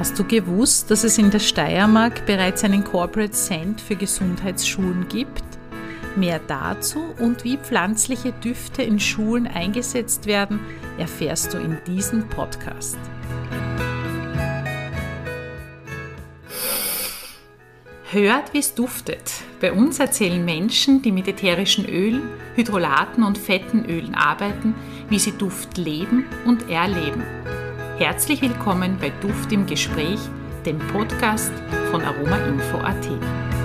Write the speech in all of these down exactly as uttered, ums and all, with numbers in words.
Hast du gewusst, dass es in der Steiermark bereits einen Corporate Cent für Gesundheitsschulen gibt? Mehr dazu und wie pflanzliche Düfte in Schulen eingesetzt werden, erfährst du in diesem Podcast. Hört, wie es duftet. Bei uns erzählen Menschen, die mit ätherischen Ölen, Hydrolaten und fetten Ölen arbeiten, wie sie Duft leben und erleben. Herzlich willkommen bei Duft im Gespräch, dem Podcast von aromainfo punkt at.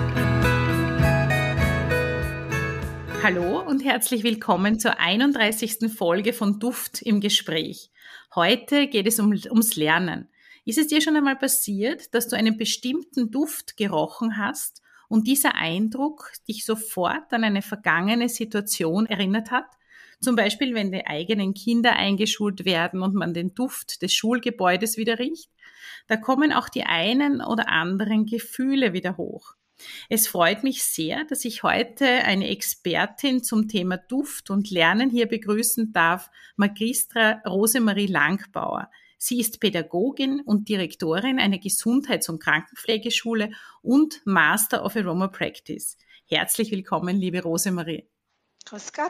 Hallo und herzlich willkommen zur einunddreißigsten Folge von Duft im Gespräch. Heute geht es um, ums Lernen. Ist es dir schon einmal passiert, dass du einen bestimmten Duft gerochen hast und dieser Eindruck dich sofort an eine vergangene Situation erinnert hat? Zum Beispiel, wenn die eigenen Kinder eingeschult werden und man den Duft des Schulgebäudes wieder riecht. Da kommen auch die einen oder anderen Gefühle wieder hoch. Es freut mich sehr, dass ich heute eine Expertin zum Thema Duft und Lernen hier begrüßen darf, Magistra Rosemarie Langbauer. Sie ist Pädagogin und Direktorin einer Gesundheits- und Krankenpflegeschule und Master of Aroma Practice. Herzlich willkommen, liebe Rosemarie. Grüß Gott.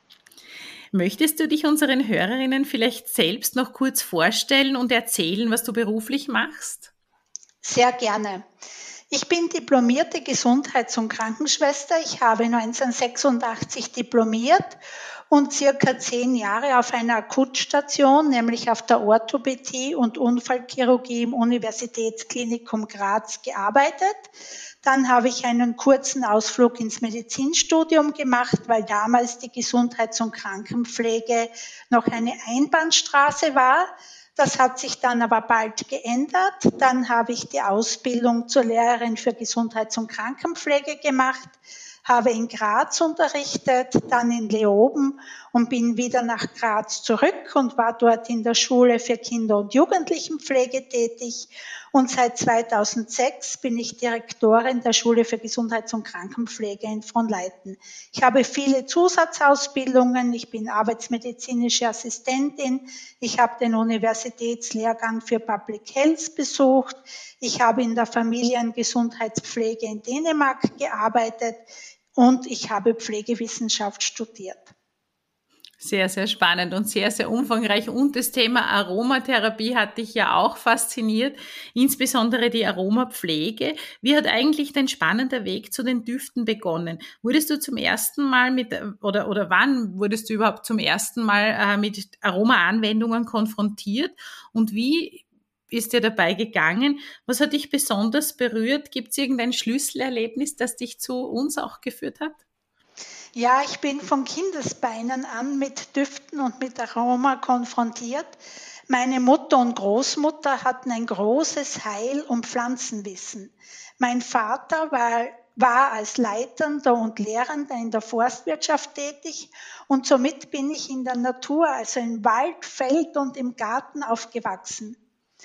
Möchtest du dich unseren Hörerinnen vielleicht selbst noch kurz vorstellen und erzählen, was du beruflich machst? Sehr gerne. Ich bin diplomierte Gesundheits- und Krankenschwester. Ich habe neunzehnhundertsechsundachtzig diplomiert und circa zehn Jahre auf einer Akutstation, nämlich auf der Orthopädie und Unfallchirurgie im Universitätsklinikum Graz gearbeitet. Dann habe ich einen kurzen Ausflug ins Medizinstudium gemacht, weil damals die Gesundheits- und Krankenpflege noch eine Einbahnstraße war. Das hat sich dann aber bald geändert. Dann habe ich die Ausbildung zur Lehrerin für Gesundheits- und Krankenpflege gemacht, habe in Graz unterrichtet, dann in Leoben und bin wieder nach Graz zurück und war dort in der Schule für Kinder- und Jugendlichenpflege tätig. Und seit zweitausendsechs bin ich Direktorin der Schule für Gesundheits- und Krankenpflege in Fronleiten. Ich habe viele Zusatzausbildungen. Ich bin arbeitsmedizinische Assistentin. Ich habe den Universitätslehrgang für Public Health besucht. Ich habe in der Familiengesundheitspflege in Dänemark gearbeitet und ich habe Pflegewissenschaft studiert. Sehr, sehr spannend und sehr, sehr umfangreich. Und das Thema Aromatherapie hat dich ja auch fasziniert, insbesondere die Aromapflege. Wie hat eigentlich dein spannender Weg zu den Düften begonnen? Wurdest du zum ersten Mal mit, oder, oder wann wurdest du überhaupt zum ersten Mal äh, mit Aroma-Anwendungen konfrontiert? Und wie ist dir dabei gegangen? Was hat dich besonders berührt? Gibt es irgendein Schlüsselerlebnis, das dich zu uns auch geführt hat? Ja, ich bin von Kindesbeinen an mit Düften und mit Aroma konfrontiert. Meine Mutter und Großmutter hatten ein großes Heil- und Pflanzenwissen. Mein Vater war, war als Leitender und Lehrender in der Forstwirtschaft tätig und somit bin ich in der Natur, also im Wald, Feld und im Garten aufgewachsen.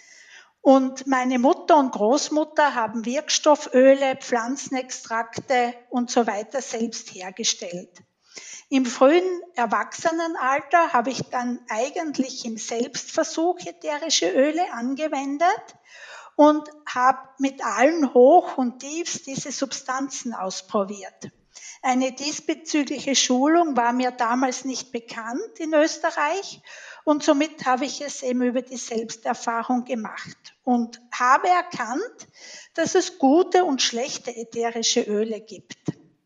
Und meine Mutter und Großmutter haben Wirkstofföle, Pflanzenextrakte und so weiter selbst hergestellt. Im frühen Erwachsenenalter habe ich dann eigentlich im Selbstversuch ätherische Öle angewendet und habe mit allen Hoch und Tiefs diese Substanzen ausprobiert. Eine diesbezügliche Schulung war mir damals nicht bekannt in Österreich und somit habe ich es eben über die Selbsterfahrung gemacht und habe erkannt, dass es gute und schlechte ätherische Öle gibt.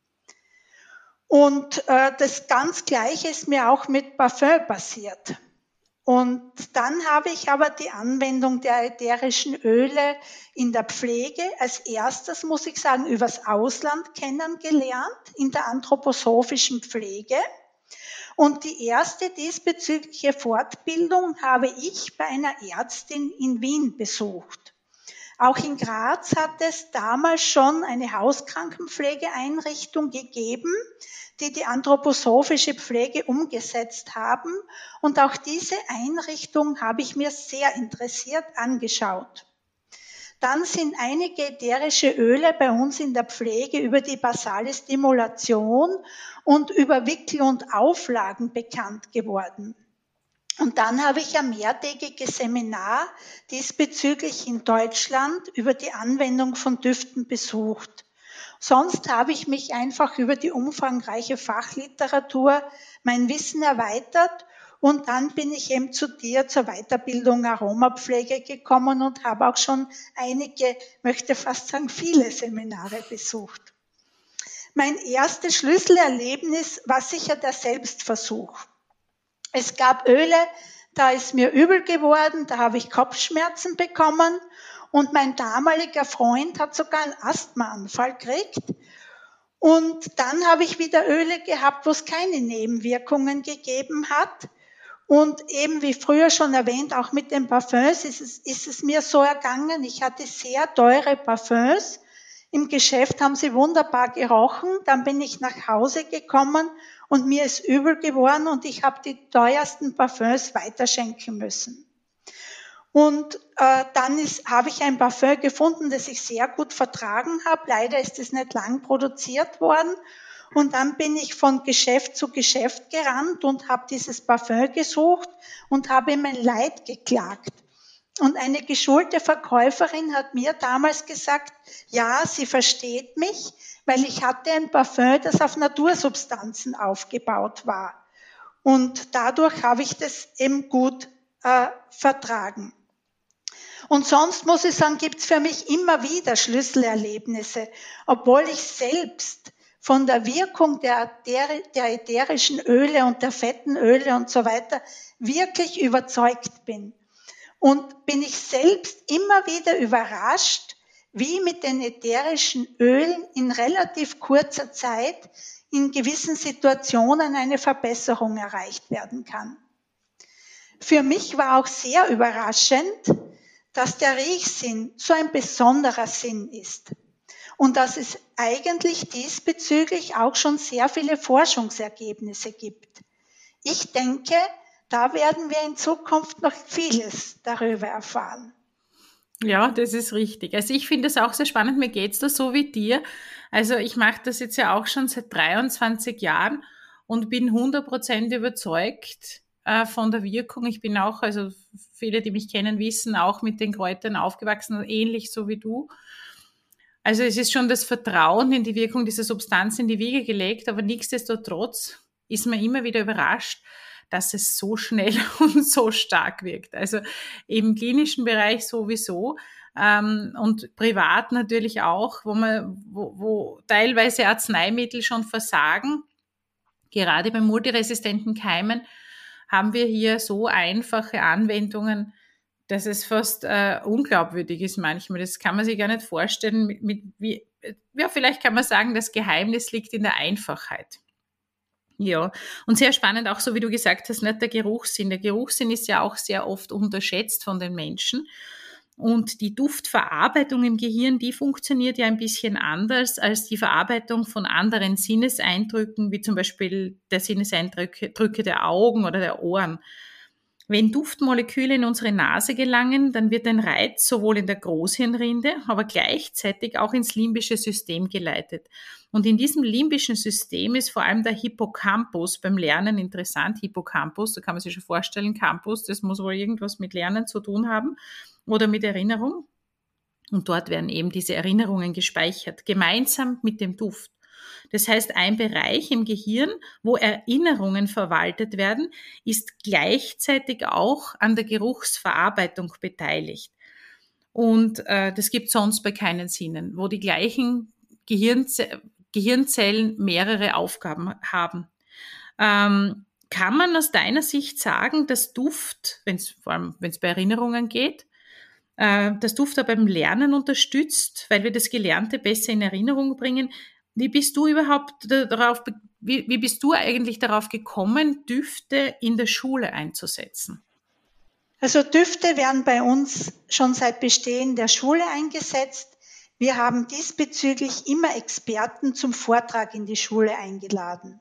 Und äh, das ganz Gleiche ist mir auch mit Parfüm passiert. Und dann habe ich aber die Anwendung der ätherischen Öle in der Pflege als erstes, muss ich sagen, übers Ausland kennengelernt, in der anthroposophischen Pflege. Und die erste diesbezügliche Fortbildung habe ich bei einer Ärztin in Wien besucht. Auch in Graz hat es damals schon eine Hauskrankenpflegeeinrichtung gegeben, die die anthroposophische Pflege umgesetzt haben. Und auch diese Einrichtung habe ich mir sehr interessiert angeschaut. Dann sind einige ätherische Öle bei uns in der Pflege über die basale Stimulation und über Wickel und Auflagen bekannt geworden. Und dann habe ich ein mehrtägiges Seminar diesbezüglich in Deutschland über die Anwendung von Düften besucht. Sonst habe ich mich einfach über die umfangreiche Fachliteratur mein Wissen erweitert und dann bin ich eben zu dir zur Weiterbildung Aromapflege gekommen und habe auch schon einige, möchte fast sagen viele Seminare besucht. Mein erstes Schlüsselerlebnis war sicher der Selbstversuch. Es gab Öle, da ist mir übel geworden, da habe ich Kopfschmerzen bekommen und mein damaliger Freund hat sogar einen Asthmaanfall gekriegt. Und dann habe ich wieder Öle gehabt, wo es keine Nebenwirkungen gegeben hat. Und eben wie früher schon erwähnt, auch mit den Parfums ist es, ist es mir so ergangen. Ich hatte sehr teure Parfums. Im Geschäft haben sie wunderbar gerochen. Dann bin ich nach Hause gekommen und mir ist übel geworden und ich habe die teuersten Parfums weiterschenken müssen. Und äh, dann ist, habe ich ein Parfum gefunden, das ich sehr gut vertragen habe. Leider ist es nicht lang produziert worden. Und dann bin ich von Geschäft zu Geschäft gerannt und habe dieses Parfum gesucht und habe mein Leid geklagt. Und eine geschulte Verkäuferin hat mir damals gesagt, ja, sie versteht mich, weil ich hatte ein Parfum, das auf Natursubstanzen aufgebaut war. Und dadurch habe ich das eben gut äh, vertragen. Und sonst muss ich sagen, gibt es für mich immer wieder Schlüsselerlebnisse, obwohl ich selbst von der Wirkung der, der, der ätherischen Öle und der fetten Öle und so weiter wirklich überzeugt bin. Und bin ich selbst immer wieder überrascht, wie mit den ätherischen Ölen in relativ kurzer Zeit in gewissen Situationen eine Verbesserung erreicht werden kann. Für mich war auch sehr überraschend, dass der Riechsinn so ein besonderer Sinn ist und dass es eigentlich diesbezüglich auch schon sehr viele Forschungsergebnisse gibt. Ich denke, da werden wir in Zukunft noch vieles darüber erfahren. Ja, das ist richtig. Also ich finde es auch sehr spannend, mir geht's da so wie dir. Also ich mache das jetzt ja auch schon seit dreiundzwanzig Jahren und bin hundert Prozent überzeugt äh, von der Wirkung. Ich bin auch, also viele, die mich kennen, wissen, auch mit den Kräutern aufgewachsen, ähnlich so wie du. Also es ist schon das Vertrauen in die Wirkung dieser Substanz in die Wiege gelegt, aber nichtsdestotrotz ist man immer wieder überrascht, dass es so schnell und so stark wirkt. Also im klinischen Bereich sowieso ähm, und privat natürlich auch, wo man, wo, wo teilweise Arzneimittel schon versagen. Gerade bei multiresistenten Keimen haben wir hier so einfache Anwendungen, dass es fast äh, unglaubwürdig ist manchmal. Das kann man sich gar nicht vorstellen. Mit, mit, wie, ja, vielleicht kann man sagen, das Geheimnis liegt in der Einfachheit. Ja, und sehr spannend, auch so wie du gesagt hast, nicht der Geruchssinn. Der Geruchssinn ist ja auch sehr oft unterschätzt von den Menschen. Und die Duftverarbeitung im Gehirn, die funktioniert ja ein bisschen anders als die Verarbeitung von anderen Sinneseindrücken, wie zum Beispiel der Sinneseindrücke der Augen oder der Ohren. Wenn Duftmoleküle in unsere Nase gelangen, dann wird ein Reiz sowohl in der Großhirnrinde, aber gleichzeitig auch ins limbische System geleitet. Und in diesem limbischen System ist vor allem der Hippocampus beim Lernen interessant. Hippocampus, da kann man sich schon vorstellen, Campus, das muss wohl irgendwas mit Lernen zu tun haben oder mit Erinnerung. Und dort werden eben diese Erinnerungen gespeichert, gemeinsam mit dem Duft. Das heißt, ein Bereich im Gehirn, wo Erinnerungen verwaltet werden, ist gleichzeitig auch an der Geruchsverarbeitung beteiligt. Und äh, das gibt es sonst bei keinen Sinnen, wo die gleichen Gehirnze- Gehirnzellen mehrere Aufgaben haben. Ähm, kann man aus deiner Sicht sagen, dass Duft, wenn's, vor allem wenn es bei Erinnerungen geht, äh, dass Duft da beim Lernen unterstützt, weil wir das Gelernte besser in Erinnerung bringen? Wie bist du überhaupt darauf, wie, wie bist du eigentlich darauf gekommen, Düfte in der Schule einzusetzen? Also Düfte werden bei uns schon seit Bestehen der Schule eingesetzt. Wir haben diesbezüglich immer Experten zum Vortrag in die Schule eingeladen.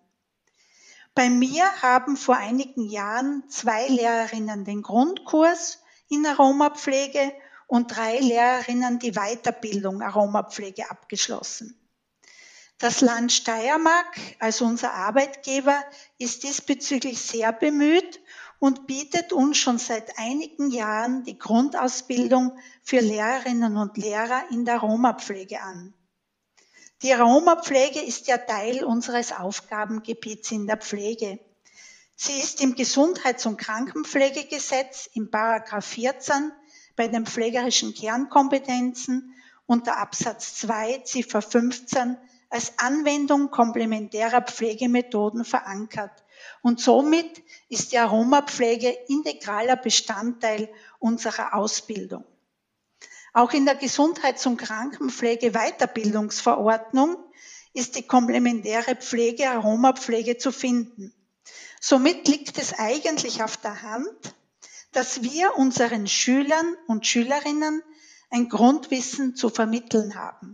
Bei mir haben vor einigen Jahren zwei Lehrerinnen den Grundkurs in Aromapflege und drei Lehrerinnen die Weiterbildung Aromapflege abgeschlossen. Das Land Steiermark als unser Arbeitgeber ist diesbezüglich sehr bemüht und bietet uns schon seit einigen Jahren die Grundausbildung für Lehrerinnen und Lehrer in der Aromapflege an. Die Aromapflege ist ja Teil unseres Aufgabengebiets in der Pflege. Sie ist im Gesundheits- und Krankenpflegegesetz im Paragraph vierzehn bei den pflegerischen Kernkompetenzen unter Absatz zwei Ziffer fünfzehn als Anwendung komplementärer Pflegemethoden verankert. Und somit ist die Aromapflege integraler Bestandteil unserer Ausbildung. Auch in der Gesundheits- und Krankenpflege-Weiterbildungsverordnung ist die komplementäre Pflege, Aromapflege zu finden. Somit liegt es eigentlich auf der Hand, dass wir unseren Schülern und Schülerinnen ein Grundwissen zu vermitteln haben.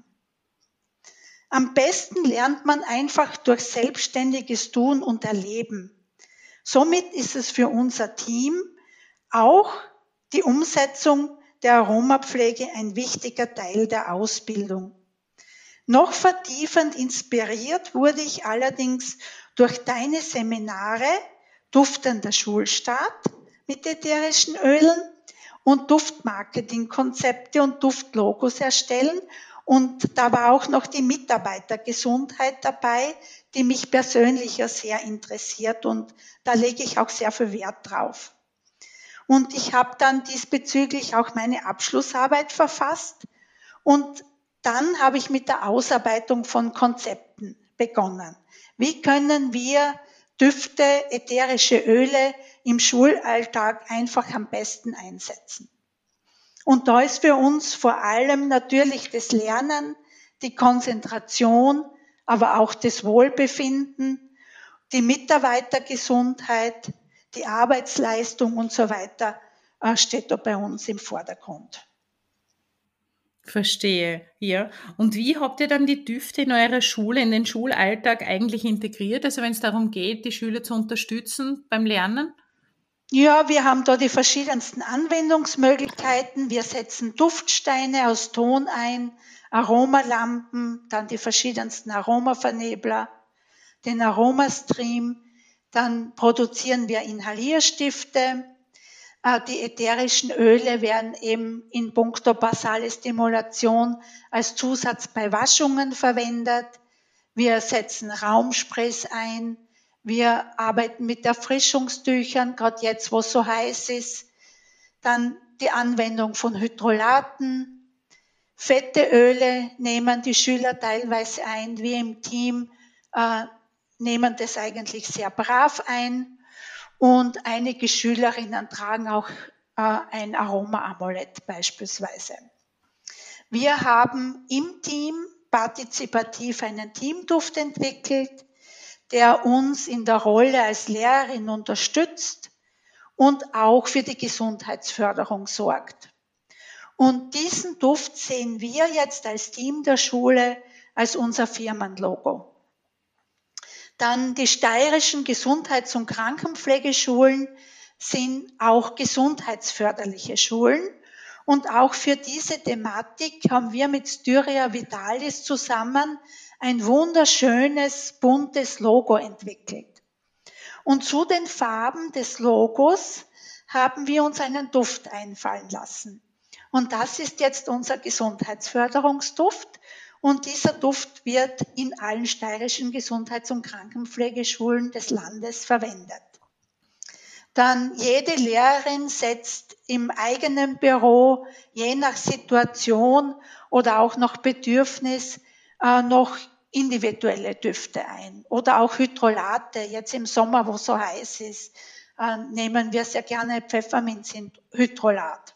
Am besten lernt man einfach durch selbstständiges Tun und Erleben. Somit ist es für unser Team auch die Umsetzung der Aromapflege ein wichtiger Teil der Ausbildung. Noch vertiefend inspiriert wurde ich allerdings durch deine Seminare Duftender Schulstart mit ätherischen Ölen und Duftmarketingkonzepte und Duftlogos erstellen. Und da war auch noch die Mitarbeitergesundheit dabei, die mich persönlich ja sehr interessiert und da lege ich auch sehr viel Wert drauf. Und ich habe dann diesbezüglich auch meine Abschlussarbeit verfasst und dann habe ich mit der Ausarbeitung von Konzepten begonnen. Wie können wir Düfte, ätherische Öle im Schulalltag einfach am besten einsetzen? Und da ist für uns vor allem natürlich das Lernen, die Konzentration, aber auch das Wohlbefinden, die Mitarbeitergesundheit, die Arbeitsleistung und so weiter steht da bei uns im Vordergrund. Verstehe, ja. Und wie habt ihr dann die Düfte in eurer Schule, in den Schulalltag eigentlich integriert? Also wenn es darum geht, die Schüler zu unterstützen beim Lernen? Ja, wir haben da die verschiedensten Anwendungsmöglichkeiten. Wir setzen Duftsteine aus Ton ein, Aromalampen, dann die verschiedensten Aromavernebler, den Aromastream, dann produzieren wir Inhalierstifte. Die ätherischen Öle werden eben in puncto basale Stimulation als Zusatz bei Waschungen verwendet. Wir setzen Raumsprays ein. Wir arbeiten mit Erfrischungstüchern, gerade jetzt, wo es so heiß ist. Dann die Anwendung von Hydrolaten. Fette Öle nehmen die Schüler teilweise ein. Wir im Team äh, nehmen das eigentlich sehr brav ein. Und einige Schülerinnen tragen auch äh, ein Aroma-Amulett beispielsweise. Wir haben im Team partizipativ einen Teamduft entwickelt, der uns in der Rolle als Lehrerin unterstützt und auch für die Gesundheitsförderung sorgt. Und diesen Duft sehen wir jetzt als Team der Schule als unser Firmenlogo. Dann die steirischen Gesundheits- und Krankenpflegeschulen sind auch gesundheitsförderliche Schulen. Und auch für diese Thematik haben wir mit Styria Vitalis zusammen ein wunderschönes, buntes Logo entwickelt. Und zu den Farben des Logos haben wir uns einen Duft einfallen lassen. Und das ist jetzt unser Gesundheitsförderungsduft. Und dieser Duft wird in allen steirischen Gesundheits- und Krankenpflegeschulen des Landes verwendet. Dann jede Lehrerin setzt im eigenen Büro, je nach Situation oder auch nach Bedürfnis, äh, noch individuelle Düfte ein. Oder auch Hydrolate, jetzt im Sommer, wo es so heiß ist, äh, nehmen wir sehr gerne Pfefferminzhydrolat.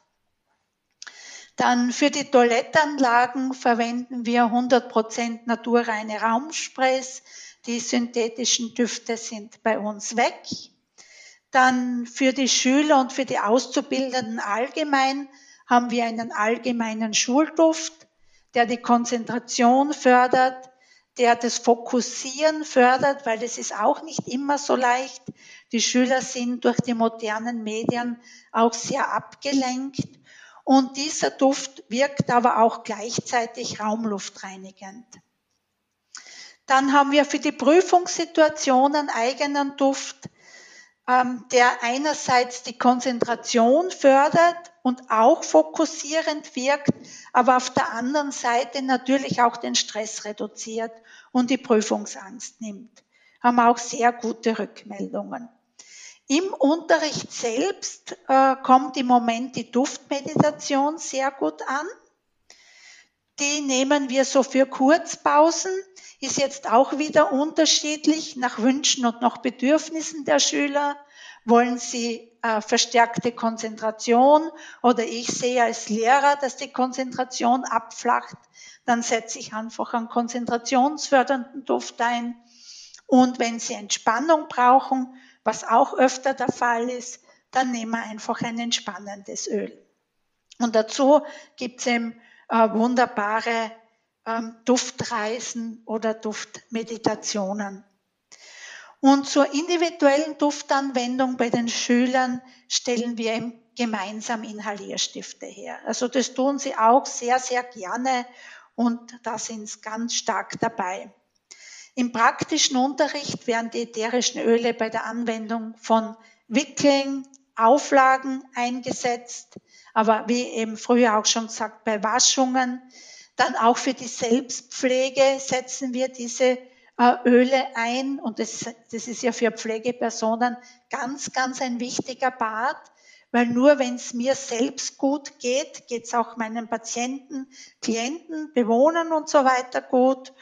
Dann für die Toilettanlagen verwenden wir hundert Prozent naturreine Raumsprays. Die synthetischen Düfte sind bei uns weg. Dann für die Schüler und für die Auszubildenden allgemein haben wir einen allgemeinen Schulduft, der die Konzentration fördert, der das Fokussieren fördert, weil das ist auch nicht immer so leicht. Die Schüler sind durch die modernen Medien auch sehr abgelenkt. Und dieser Duft wirkt aber auch gleichzeitig raumluftreinigend. Dann haben wir für die Prüfungssituationen eigenen Duft. der einerseits die Konzentration fördert und auch fokussierend wirkt, aber auf der anderen Seite natürlich auch den Stress reduziert und die Prüfungsangst nimmt. Haben auch sehr gute Rückmeldungen. Im Unterricht selbst äh, kommt im Moment die Duftmeditation sehr gut an. Die nehmen wir so für Kurzpausen, ist jetzt auch wieder unterschiedlich nach Wünschen und nach Bedürfnissen der Schüler. Wollen sie äh, verstärkte Konzentration oder ich sehe als Lehrer, dass die Konzentration abflacht, dann setze ich einfach einen konzentrationsfördernden Duft ein. Und wenn sie Entspannung brauchen, was auch öfter der Fall ist, dann nehmen wir einfach ein entspannendes Öl. Und dazu gibt es eben äh, wunderbare ähm, Duftreisen oder Duftmeditationen. Und zur individuellen Duftanwendung bei den Schülern stellen wir eben gemeinsam Inhalierstifte her. Also das tun sie auch sehr, sehr gerne und da sind sie ganz stark dabei. Im praktischen Unterricht werden die ätherischen Öle bei der Anwendung von Wickeln, Auflagen eingesetzt, aber wie eben früher auch schon gesagt, bei Waschungen. Dann auch für die Selbstpflege setzen wir diese äh, Öle ein und das, das ist ja für Pflegepersonen ganz, ganz ein wichtiger Part, weil nur wenn es mir selbst gut geht, geht es auch meinen Patienten, Klienten, Bewohnern und so weiter gut.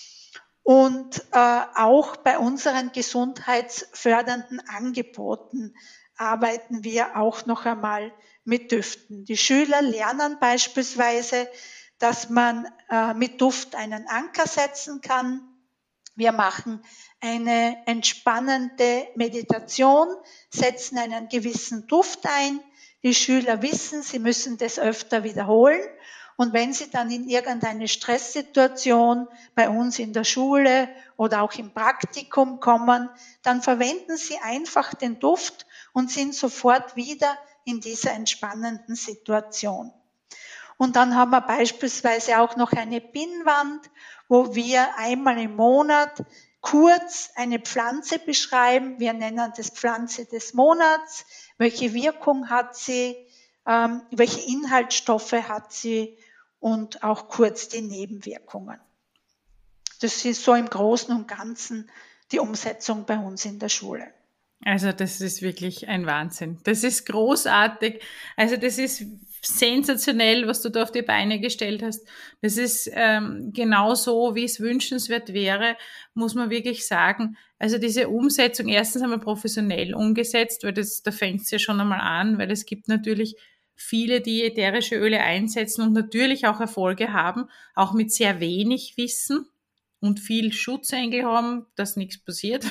Und äh, auch bei unseren gesundheitsfördernden Angeboten arbeiten wir auch noch einmal mit Düften. Die Schüler lernen beispielsweise, dass man äh, mit Duft einen Anker setzen kann. Wir machen eine entspannende Meditation, setzen einen gewissen Duft ein. Die Schüler wissen, sie müssen das öfter wiederholen. Und wenn sie dann in irgendeine Stresssituation bei uns in der Schule oder auch im Praktikum kommen, dann verwenden sie einfach den Duft und sind sofort wieder in dieser entspannenden Situation. Und dann haben wir beispielsweise auch noch eine Pinnwand, wo wir einmal im Monat kurz eine Pflanze beschreiben. Wir nennen das Pflanze des Monats. Welche Wirkung hat sie? Ähm, welche Inhaltsstoffe hat sie? Und auch kurz die Nebenwirkungen. Das ist so im Großen und Ganzen die Umsetzung bei uns in der Schule. Also das ist wirklich ein Wahnsinn. Das ist großartig. Also das ist sensationell, was du da auf die Beine gestellt hast. Das ist ähm, genau so, wie es wünschenswert wäre, muss man wirklich sagen. Also diese Umsetzung, erstens einmal professionell umgesetzt, weil das, da fängt es ja schon einmal an, weil es gibt natürlich viele, die ätherische Öle einsetzen und natürlich auch Erfolge haben, auch mit sehr wenig Wissen und viel Schutzengel haben, dass nichts passiert,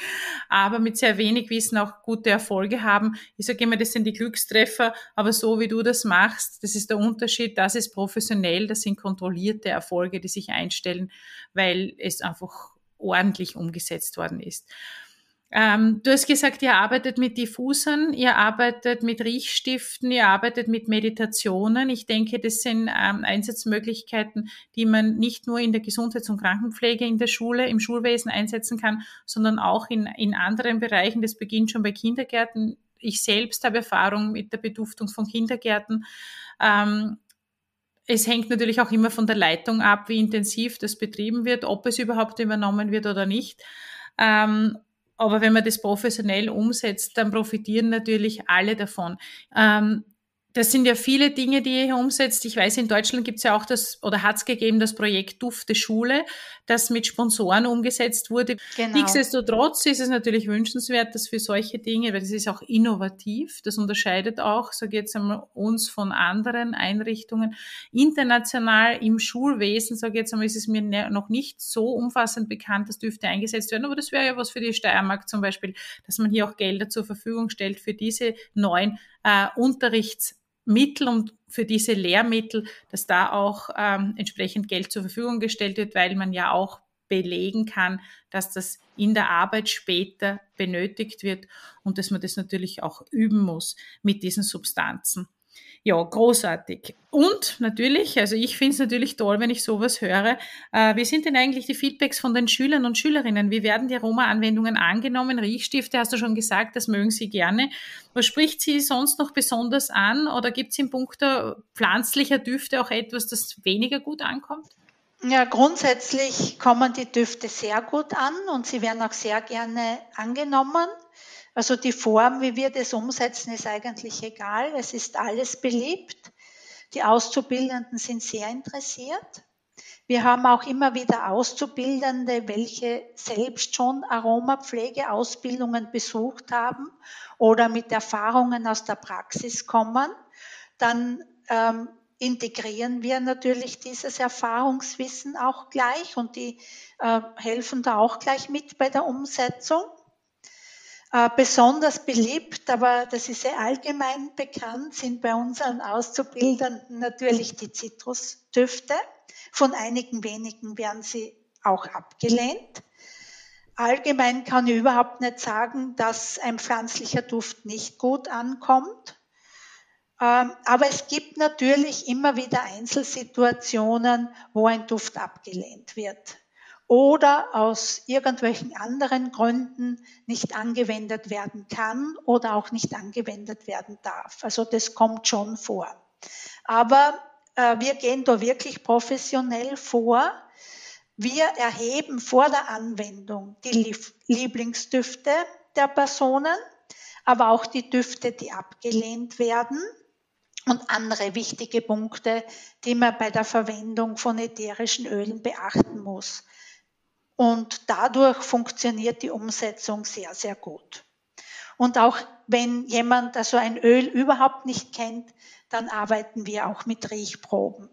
aber mit sehr wenig Wissen auch gute Erfolge haben. Ich sage immer, das sind die Glückstreffer, aber so wie du das machst, das ist der Unterschied, das ist professionell, das sind kontrollierte Erfolge, die sich einstellen, weil es einfach ordentlich umgesetzt worden ist. Ähm, du hast gesagt, ihr arbeitet mit Diffusern, ihr arbeitet mit Riechstiften, ihr arbeitet mit Meditationen. Ich denke, das sind ähm, Einsatzmöglichkeiten, die man nicht nur in der Gesundheits- und Krankenpflege in der Schule, im Schulwesen einsetzen kann, sondern auch in, in anderen Bereichen. Das beginnt schon bei Kindergärten. Ich selbst habe Erfahrung mit der Beduftung von Kindergärten. Ähm, Es hängt natürlich auch immer von der Leitung ab, wie intensiv das betrieben wird, ob es überhaupt übernommen wird oder nicht. Ähm, Aber wenn man das professionell umsetzt, dann profitieren natürlich alle davon. Ähm, das sind ja viele Dinge, die ihr hier umsetzt. Ich weiß, in Deutschland gibt es ja auch das, oder hat es gegeben, das Projekt Dufte Schule, das mit Sponsoren umgesetzt wurde. Genau. Nichtsdestotrotz ist es natürlich wünschenswert, dass für solche Dinge, weil das ist auch innovativ, das unterscheidet auch, so jetzt einmal, uns von anderen Einrichtungen. International im Schulwesen, sage ich jetzt einmal, ist es mir noch nicht so umfassend bekannt, dass Düfte eingesetzt werden, aber das wäre ja was für die Steiermark zum Beispiel, dass man hier auch Gelder zur Verfügung stellt für diese neuen äh, Unterrichtsmittel und für diese Lehrmittel, dass da auch ähm, entsprechend Geld zur Verfügung gestellt wird, weil man ja auch belegen kann, dass das in der Arbeit später benötigt wird und dass man das natürlich auch üben muss mit diesen Substanzen. Ja, großartig. Und natürlich, also ich finde es natürlich toll, wenn ich sowas höre. Äh, wie sind denn eigentlich die Feedbacks von den Schülern und Schülerinnen? Wie werden die Aroma-Anwendungen angenommen? Riechstifte, hast du schon gesagt, das mögen sie gerne. Was spricht sie sonst noch besonders an? Oder gibt es in puncto pflanzlicher Düfte auch etwas, das weniger gut ankommt? Ja, grundsätzlich kommen die Düfte sehr gut an und sie werden auch sehr gerne angenommen. Also die Form, wie wir das umsetzen, ist eigentlich egal. Es ist alles beliebt. Die Auszubildenden sind sehr interessiert. Wir haben auch immer wieder Auszubildende, welche selbst schon Aromapflegeausbildungen besucht haben oder mit Erfahrungen aus der Praxis kommen. Dann ähm, integrieren wir natürlich dieses Erfahrungswissen auch gleich und die äh, helfen da auch gleich mit bei der Umsetzung. Äh, besonders beliebt, aber das ist sehr allgemein bekannt, sind bei unseren Auszubildenden natürlich die Zitrusdüfte. Von einigen wenigen werden sie auch abgelehnt. Allgemein kann ich überhaupt nicht sagen, dass ein pflanzlicher Duft nicht gut ankommt. Ähm, aber es gibt natürlich immer wieder Einzelsituationen, wo ein Duft abgelehnt wird oder aus irgendwelchen anderen Gründen nicht angewendet werden kann oder auch nicht angewendet werden darf. Also das kommt schon vor. Aber äh, wir gehen da wirklich professionell vor. Wir erheben vor der Anwendung die Lieblingsdüfte der Personen, aber auch die Düfte, die abgelehnt werden und andere wichtige Punkte, die man bei der Verwendung von ätherischen Ölen beachten muss. Und dadurch funktioniert die Umsetzung sehr, sehr gut. Und auch wenn jemand also ein Öl überhaupt nicht kennt, dann arbeiten wir auch mit Riechproben.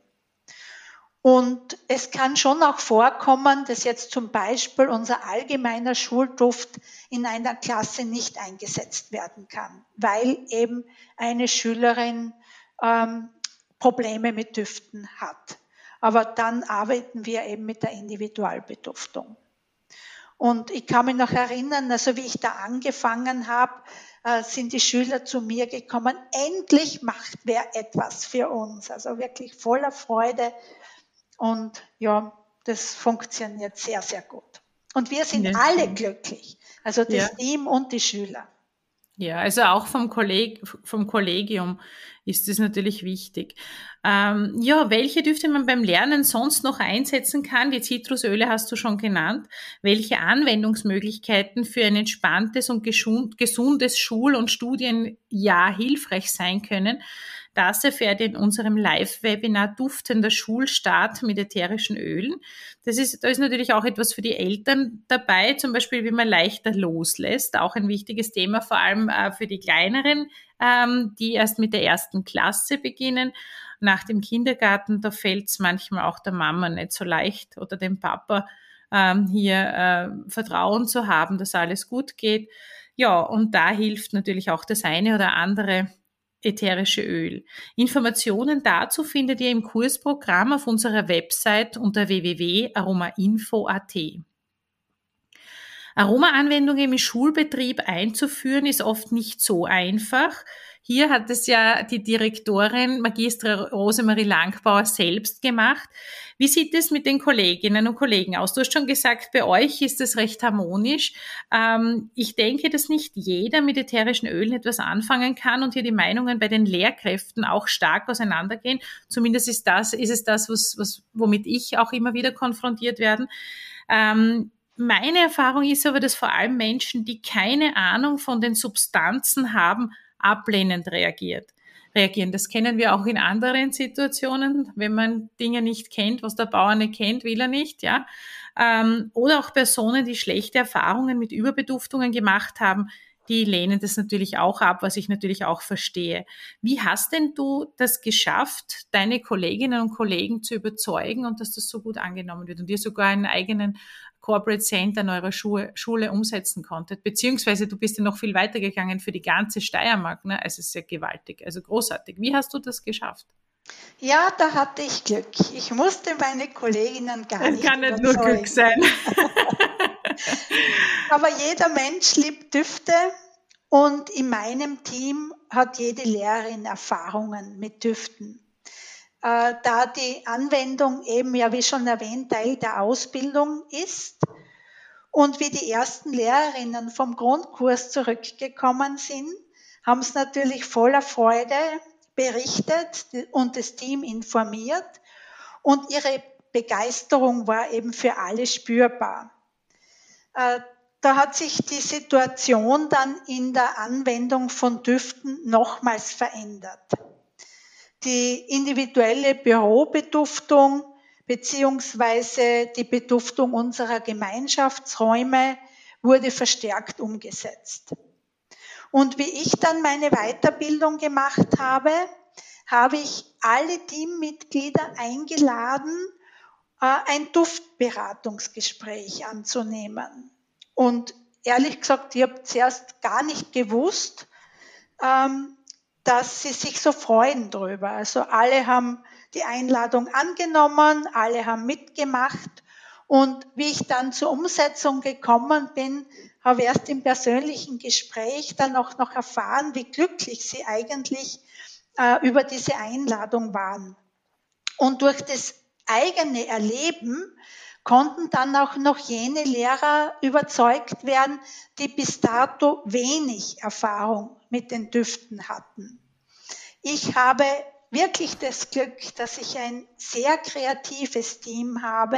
Und es kann schon auch vorkommen, dass jetzt zum Beispiel unser allgemeiner Schulduft in einer Klasse nicht eingesetzt werden kann, weil eben eine Schülerin ähm, Probleme mit Düften hat. Aber dann arbeiten wir eben mit der Individualbeduftung. Und ich kann mich noch erinnern, also wie ich da angefangen habe, äh, sind die Schüler zu mir gekommen, endlich macht wer etwas für uns. Also wirklich voller Freude. Und ja, das funktioniert sehr, sehr gut. Und wir sind ja alle glücklich, also das ja. Team und die Schüler. Ja, also auch vom, Kolleg vom Kollegium ist das natürlich wichtig. Ähm, ja, welche Düfte man beim Lernen sonst noch einsetzen kann, die Zitrusöle hast du schon genannt, welche Anwendungsmöglichkeiten für ein entspanntes und gesundes Schul- und Studienjahr hilfreich sein können, das erfährt ihr in unserem Live-Webinar Duftender Schulstart mit ätherischen Ölen. Das ist, da ist natürlich auch etwas für die Eltern dabei, zum Beispiel, wie man leichter loslässt. Auch ein wichtiges Thema, vor allem äh, für die Kleineren, ähm, die erst mit der ersten Klasse beginnen. Nach dem Kindergarten, da fällt es manchmal auch der Mama nicht so leicht oder dem Papa, ähm, hier äh, Vertrauen zu haben, dass alles gut geht. Ja, und da hilft natürlich auch das eine oder andere ätherische Öl. Informationen dazu findet ihr im Kursprogramm auf unserer Website unter w w w punkt aromainfo punkt a t. Aromaanwendungen im Schulbetrieb einzuführen ist oft nicht so einfach. Hier hat es ja die Direktorin Magistra Rosemarie Langbauer selbst gemacht. Wie sieht es mit den Kolleginnen und Kollegen aus? Du hast schon gesagt, bei euch ist es recht harmonisch. Ähm, ich denke, dass nicht jeder mit ätherischen Ölen etwas anfangen kann und hier die Meinungen bei den Lehrkräften auch stark auseinandergehen. Zumindest ist das, ist es das, was, was, womit ich auch immer wieder konfrontiert werde. Ähm, meine Erfahrung ist aber, dass vor allem Menschen, die keine Ahnung von den Substanzen haben, ablehnend reagiert. reagieren. Das kennen wir auch in anderen Situationen, wenn man Dinge nicht kennt, was der Bauer nicht kennt, will er nicht, ja. Ähm, oder auch Personen, die schlechte Erfahrungen mit Überbeduftungen gemacht haben, die lehnen das natürlich auch ab, was ich natürlich auch verstehe. Wie hast denn du das geschafft, deine Kolleginnen und Kollegen zu überzeugen und dass das so gut angenommen wird und ihr sogar einen eigenen Corporate Center in eurer Schule, Schule umsetzen konntet? Beziehungsweise du bist ja noch viel weiter gegangen für die ganze Steiermark, ne? Also es ist ja gewaltig, also großartig. Wie hast du das geschafft? Ja, da hatte ich Glück. Ich musste meine Kolleginnen gar nicht überzeugen. Es kann nicht nur Glück sein. Aber jeder Mensch liebt Düfte Und in meinem Team hat jede Lehrerin Erfahrungen mit Düften. Äh, da die Anwendung eben, ja wie schon erwähnt, Teil der Ausbildung ist und wie die ersten Lehrerinnen vom Grundkurs zurückgekommen sind, haben es natürlich voller Freude berichtet und das Team informiert und ihre Begeisterung war eben für alle spürbar. Äh, Da hat sich die Situation dann in der Anwendung von Düften nochmals verändert. Die individuelle Bürobeduftung beziehungsweise die Beduftung unserer Gemeinschaftsräume wurde verstärkt umgesetzt. Und wie ich dann meine Weiterbildung gemacht habe, habe ich alle Teammitglieder eingeladen, ein Duftberatungsgespräch anzunehmen. Und ehrlich gesagt, ich habe zuerst gar nicht gewusst, ähm, dass sie sich so freuen drüber. Also alle haben die Einladung angenommen, alle haben mitgemacht. Und wie ich dann zur Umsetzung gekommen bin, habe ich erst im persönlichen Gespräch dann auch noch erfahren, wie glücklich sie eigentlich äh, über diese Einladung waren. Und durch das eigene Erleben konnten dann auch noch jene Lehrer überzeugt werden, die bis dato wenig Erfahrung mit den Düften hatten. Ich habe wirklich das Glück, dass ich ein sehr kreatives Team habe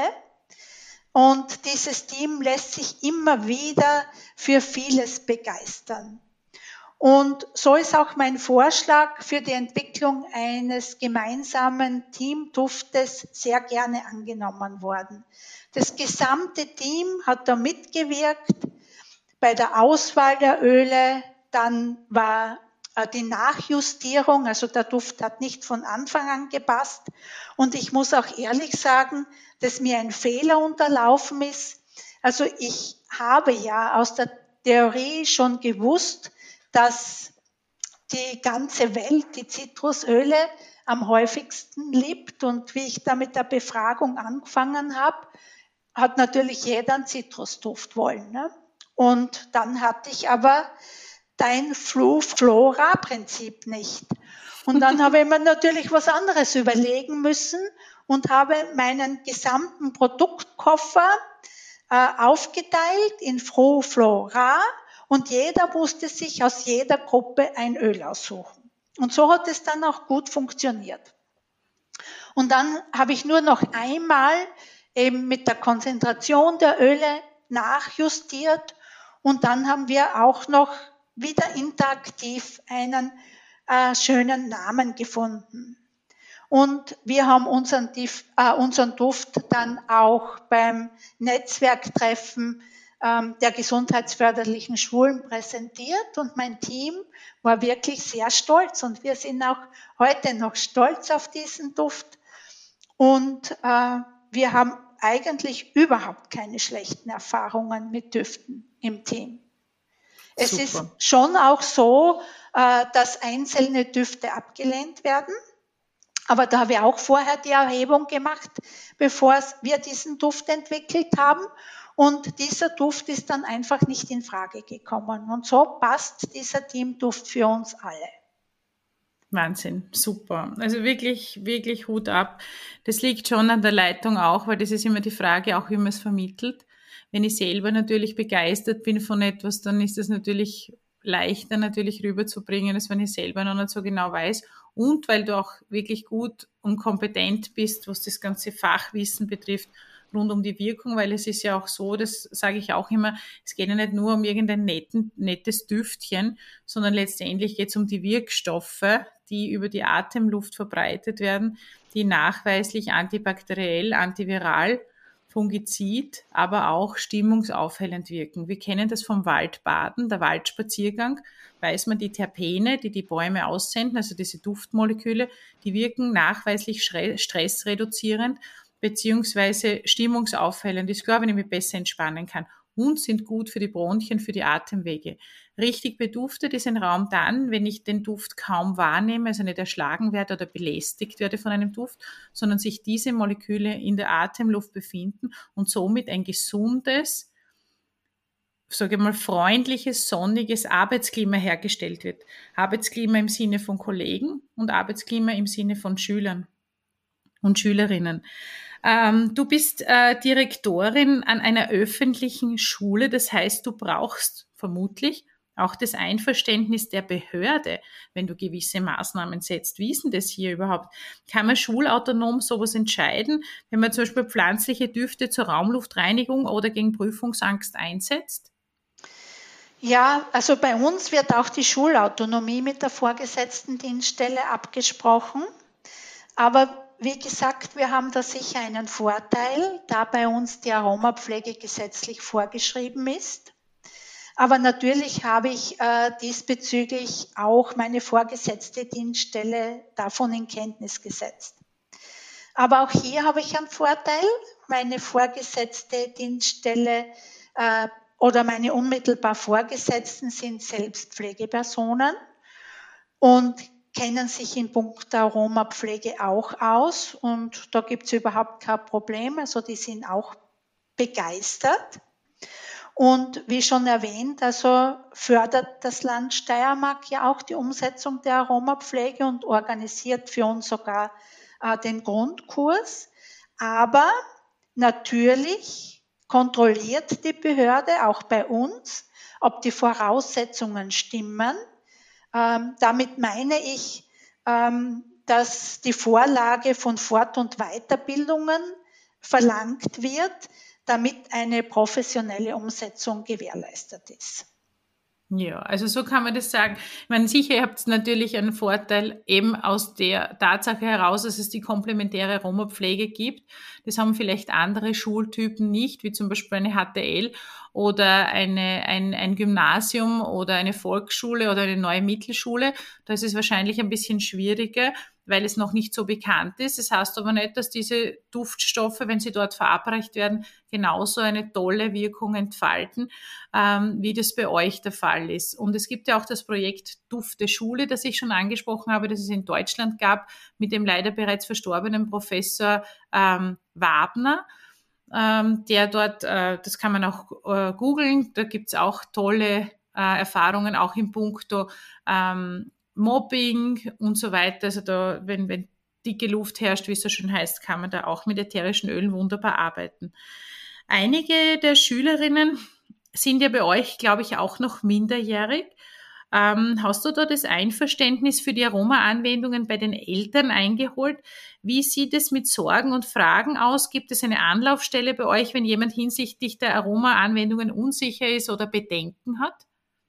und dieses Team lässt sich immer wieder für vieles begeistern. Und so ist auch mein Vorschlag für die Entwicklung eines gemeinsamen Teamduftes sehr gerne angenommen worden. Das gesamte Team hat da mitgewirkt bei der Auswahl der Öle. Dann war die Nachjustierung, also der Duft hat nicht von Anfang an gepasst. Und ich muss auch ehrlich sagen, dass mir ein Fehler unterlaufen ist. Also ich habe ja aus der Theorie schon gewusst, dass die ganze Welt die Zitrusöle am häufigsten liebt. Und wie ich da mit der Befragung angefangen habe, hat natürlich jeder einen Zitrusduft wollen. Ne? Und dann hatte ich aber dein Flu-Flora-Prinzip nicht. Und dann habe ich mir natürlich was anderes überlegen müssen und habe meinen gesamten Produktkoffer äh, aufgeteilt in Flu-Flora. Und jeder musste sich aus jeder Gruppe ein Öl aussuchen. Und so hat es dann auch gut funktioniert. Und dann habe ich nur noch einmal eben mit der Konzentration der Öle nachjustiert. Und dann haben wir auch noch wieder interaktiv einen äh, schönen Namen gefunden. Und wir haben unseren, äh, unseren Duft dann auch beim Netzwerktreffen der gesundheitsförderlichen Schulen präsentiert und mein Team war wirklich sehr stolz und wir sind auch heute noch stolz auf diesen Duft und äh, wir haben eigentlich überhaupt keine schlechten Erfahrungen mit Düften im Team. Es Super. Ist schon auch so, äh, dass einzelne Düfte abgelehnt werden, aber da haben wir auch vorher die Erhebung gemacht, bevor wir diesen Duft entwickelt haben. Und dieser Duft ist dann einfach nicht in Frage gekommen. Und so passt dieser Teamduft für uns alle. Wahnsinn, super. Also wirklich, wirklich Hut ab. Das liegt schon an der Leitung auch, weil das ist immer die Frage, auch wie man es vermittelt. Wenn ich selber natürlich begeistert bin von etwas, dann ist es natürlich leichter natürlich rüberzubringen, als wenn ich selber noch nicht so genau weiß. Und weil du auch wirklich gut und kompetent bist, was das ganze Fachwissen betrifft, rund um die Wirkung, weil es ist ja auch so, das sage ich auch immer, es geht ja nicht nur um irgendein netten, nettes Düftchen, sondern letztendlich geht es um die Wirkstoffe, die über die Atemluft verbreitet werden, die nachweislich antibakteriell, antiviral, fungizid, aber auch stimmungsaufhellend wirken. Wir kennen das vom Waldbaden, der Waldspaziergang, weiß man, die Terpene, die die Bäume aussenden, also diese Duftmoleküle, die wirken nachweislich stressreduzierend, beziehungsweise stimmungsaufhellend ist klar, wenn ich mich besser entspannen kann und sind gut für die Bronchien, für die Atemwege. Richtig beduftet ist ein Raum dann, wenn ich den Duft kaum wahrnehme, also nicht erschlagen werde oder belästigt werde von einem Duft, sondern sich diese Moleküle in der Atemluft befinden und somit ein gesundes, sage ich mal, freundliches, sonniges Arbeitsklima hergestellt wird. Arbeitsklima im Sinne von Kollegen und Arbeitsklima im Sinne von Schülern und Schülerinnen. Ähm, du bist äh, Direktorin an einer öffentlichen Schule, das heißt, du brauchst vermutlich auch das Einverständnis der Behörde, wenn du gewisse Maßnahmen setzt. Wie ist denn das hier überhaupt? Kann man schulautonom sowas entscheiden, wenn man zum Beispiel pflanzliche Düfte zur Raumluftreinigung oder gegen Prüfungsangst einsetzt? Ja, also bei uns wird auch die Schulautonomie mit der vorgesetzten Dienststelle abgesprochen. Aber wie gesagt, wir haben da sicher einen Vorteil, da bei uns die Aromapflege gesetzlich vorgeschrieben ist. Aber natürlich habe ich äh, diesbezüglich auch meine vorgesetzte Dienststelle davon in Kenntnis gesetzt. Aber auch hier habe ich einen Vorteil. Meine vorgesetzte Dienststelle äh, oder meine unmittelbar Vorgesetzten sind selbst Pflegepersonen und kennen sich in puncto Aromapflege auch aus. Und da gibt es überhaupt kein Problem. Also die sind auch begeistert. Und wie schon erwähnt, also fördert das Land Steiermark ja auch die Umsetzung der Aromapflege und organisiert für uns sogar äh, den Grundkurs. Aber natürlich kontrolliert die Behörde auch bei uns, ob die Voraussetzungen stimmen. Ähm, damit meine ich, ähm, dass die Vorlage von Fort- und Weiterbildungen verlangt wird, damit eine professionelle Umsetzung gewährleistet ist. Ja, also so kann man das sagen. Ich meine, sicher, ihr habt natürlich einen Vorteil eben aus der Tatsache heraus, dass es die komplementäre Aromapflege gibt. Das haben vielleicht andere Schultypen nicht, wie zum Beispiel eine H T L oder eine, ein, ein Gymnasium oder eine Volksschule oder eine neue Mittelschule. Da ist es wahrscheinlich ein bisschen schwieriger, weil es noch nicht so bekannt ist. Das heißt aber nicht, dass diese Duftstoffe, wenn sie dort verabreicht werden, genauso eine tolle Wirkung entfalten, ähm, wie das bei euch der Fall ist. Und es gibt ja auch das Projekt Dufte Schule, das ich schon angesprochen habe, das es in Deutschland gab, mit dem leider bereits verstorbenen Professor ähm, Wabner, ähm, der dort, äh, das kann man auch äh, googeln, da gibt's auch tolle äh, Erfahrungen, auch in puncto ähm, Mobbing und so weiter. Also da, wenn, wenn dicke Luft herrscht, wie es so schön heißt, kann man da auch mit ätherischen Ölen wunderbar arbeiten. Einige der Schülerinnen sind ja bei euch, glaube ich, auch noch minderjährig. Ähm, hast du da das Einverständnis für die Aroma-Anwendungen bei den Eltern eingeholt? Wie sieht es mit Sorgen und Fragen aus? Gibt es eine Anlaufstelle bei euch, wenn jemand hinsichtlich der Aroma-Anwendungen unsicher ist oder Bedenken hat?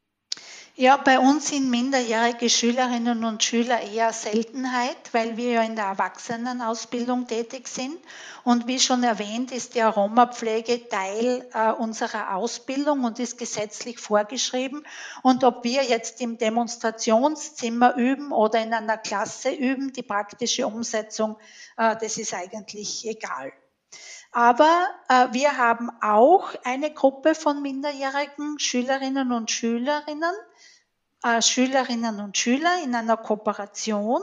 Ja, bei uns sind minderjährige Schülerinnen und Schüler eher Seltenheit, weil wir ja in der Erwachsenenausbildung tätig sind. Und wie schon erwähnt, ist die Aromapflege Teil äh, unserer Ausbildung und ist gesetzlich vorgeschrieben. Und ob wir jetzt im Demonstrationszimmer üben oder in einer Klasse üben, die praktische Umsetzung, äh, das ist eigentlich egal. Aber äh, wir haben auch eine Gruppe von minderjährigen Schülerinnen und Schülerinnen, äh, Schülerinnen und Schüler in einer Kooperation.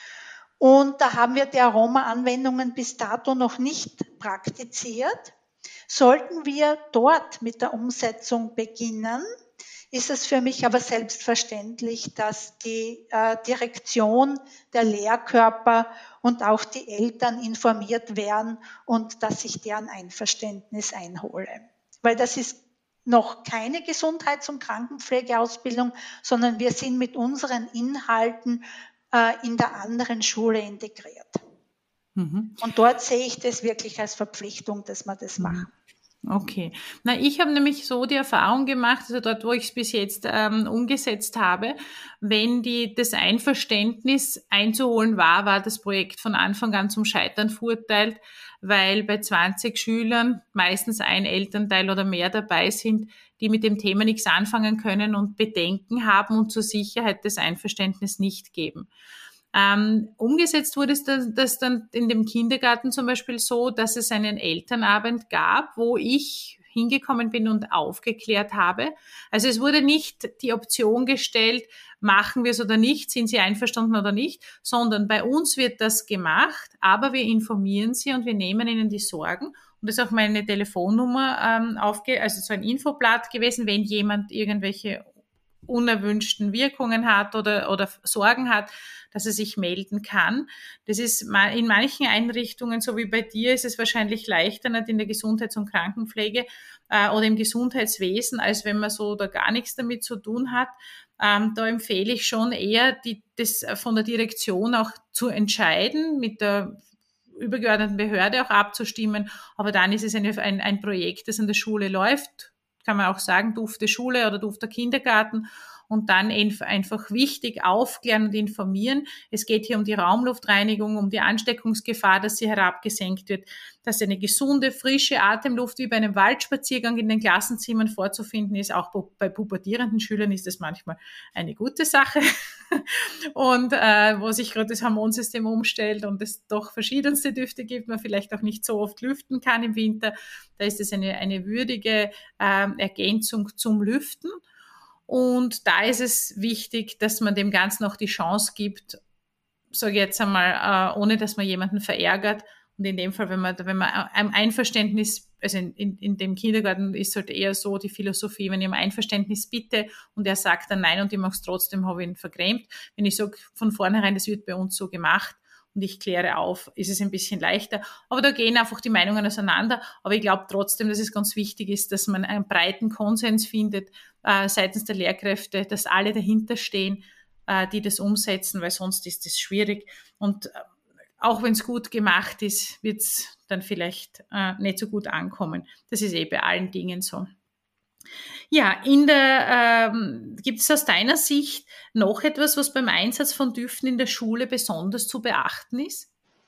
Und da haben wir die Aroma-Anwendungen bis dato noch nicht praktiziert. Sollten wir dort mit der Umsetzung beginnen, ist es für mich aber selbstverständlich, dass die äh, Direktion, der Lehrkörper und auch die Eltern informiert werden und dass ich deren Einverständnis einhole. Weil das ist noch keine Gesundheits- und Krankenpflegeausbildung, sondern wir sind mit unseren Inhalten äh, in der anderen Schule integriert. Mhm. Und dort sehe ich das wirklich als Verpflichtung, dass wir das machen. Okay. Na, ich habe nämlich so die Erfahrung gemacht, also dort, wo ich es bis jetzt ähm, umgesetzt habe, wenn die, das Einverständnis einzuholen war, war das Projekt von Anfang an zum Scheitern verurteilt, weil bei zwanzig Schülern meistens ein Elternteil oder mehr dabei sind, die mit dem Thema nichts anfangen können und Bedenken haben und zur Sicherheit das Einverständnis nicht geben. Ähm, umgesetzt wurde es das, das dann in dem Kindergarten zum Beispiel so, dass es einen Elternabend gab, wo ich hingekommen bin und aufgeklärt habe. Also es wurde nicht die Option gestellt, machen wir es oder nicht, sind Sie einverstanden oder nicht, sondern bei uns wird das gemacht, aber wir informieren Sie und wir nehmen Ihnen die Sorgen. Und das ist auch meine Telefonnummer ähm, aufge, also so ein Infoblatt gewesen, wenn jemand irgendwelche unerwünschten Wirkungen hat oder, oder Sorgen hat, dass er sich melden kann. Das ist in manchen Einrichtungen, so wie bei dir, ist es wahrscheinlich leichter, nicht in der Gesundheits- und Krankenpflege äh, oder im Gesundheitswesen, als wenn man so oder gar nichts damit zu tun hat. Ähm, da empfehle ich schon eher, die, das von der Direktion auch zu entscheiden, mit der übergeordneten Behörde auch abzustimmen. Aber dann ist es eine, ein, ein Projekt, das an der Schule läuft, kann man auch sagen, Duft der Schule oder Duft der Kindergarten, und dann einfach wichtig aufklären und informieren. Es geht hier um die Raumluftreinigung, um die Ansteckungsgefahr, dass sie herabgesenkt wird, dass eine gesunde, frische Atemluft wie bei einem Waldspaziergang in den Klassenzimmern vorzufinden ist. Auch bei pubertierenden Schülern ist das manchmal eine gute Sache. Und äh, wo sich gerade das Hormonsystem umstellt und es doch verschiedenste Düfte gibt, man vielleicht auch nicht so oft lüften kann im Winter, da ist es eine, eine würdige äh, Ergänzung zum Lüften. Und da ist es wichtig, dass man dem Ganzen auch die Chance gibt, sage ich jetzt einmal, äh, ohne dass man jemanden verärgert. Und in dem Fall, wenn man, wenn man ein Einverständnis, also in, in, in dem Kindergarten ist halt eher so die Philosophie, wenn ich um Einverständnis bitte und er sagt dann nein und ich mache es trotzdem, habe ich ihn vergrämt. Wenn ich sage von vornherein, das wird bei uns so gemacht und ich kläre auf, ist es ein bisschen leichter. Aber da gehen einfach die Meinungen auseinander. Aber ich glaube trotzdem, dass es ganz wichtig ist, dass man einen breiten Konsens findet äh, seitens der Lehrkräfte, dass alle dahinter stehen, äh, die das umsetzen, weil sonst ist das schwierig. Und äh, auch wenn es gut gemacht ist, wird es dann vielleicht äh, nicht so gut ankommen. Das ist eh bei allen Dingen so. Ja, in der, ähm, gibt es aus deiner Sicht noch etwas, was beim Einsatz von Düften in der Schule besonders zu beachten ist?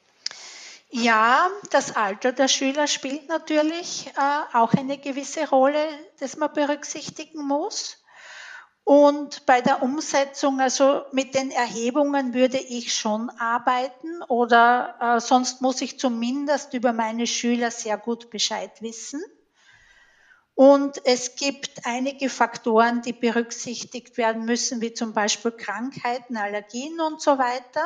Ja, das Alter der Schüler spielt natürlich äh, auch eine gewisse Rolle, das man berücksichtigen muss. Und bei der Umsetzung, also mit den Erhebungen würde ich schon arbeiten oder äh, sonst muss ich zumindest über meine Schüler sehr gut Bescheid wissen. Und es gibt einige Faktoren, die berücksichtigt werden müssen, wie zum Beispiel Krankheiten, Allergien und so weiter.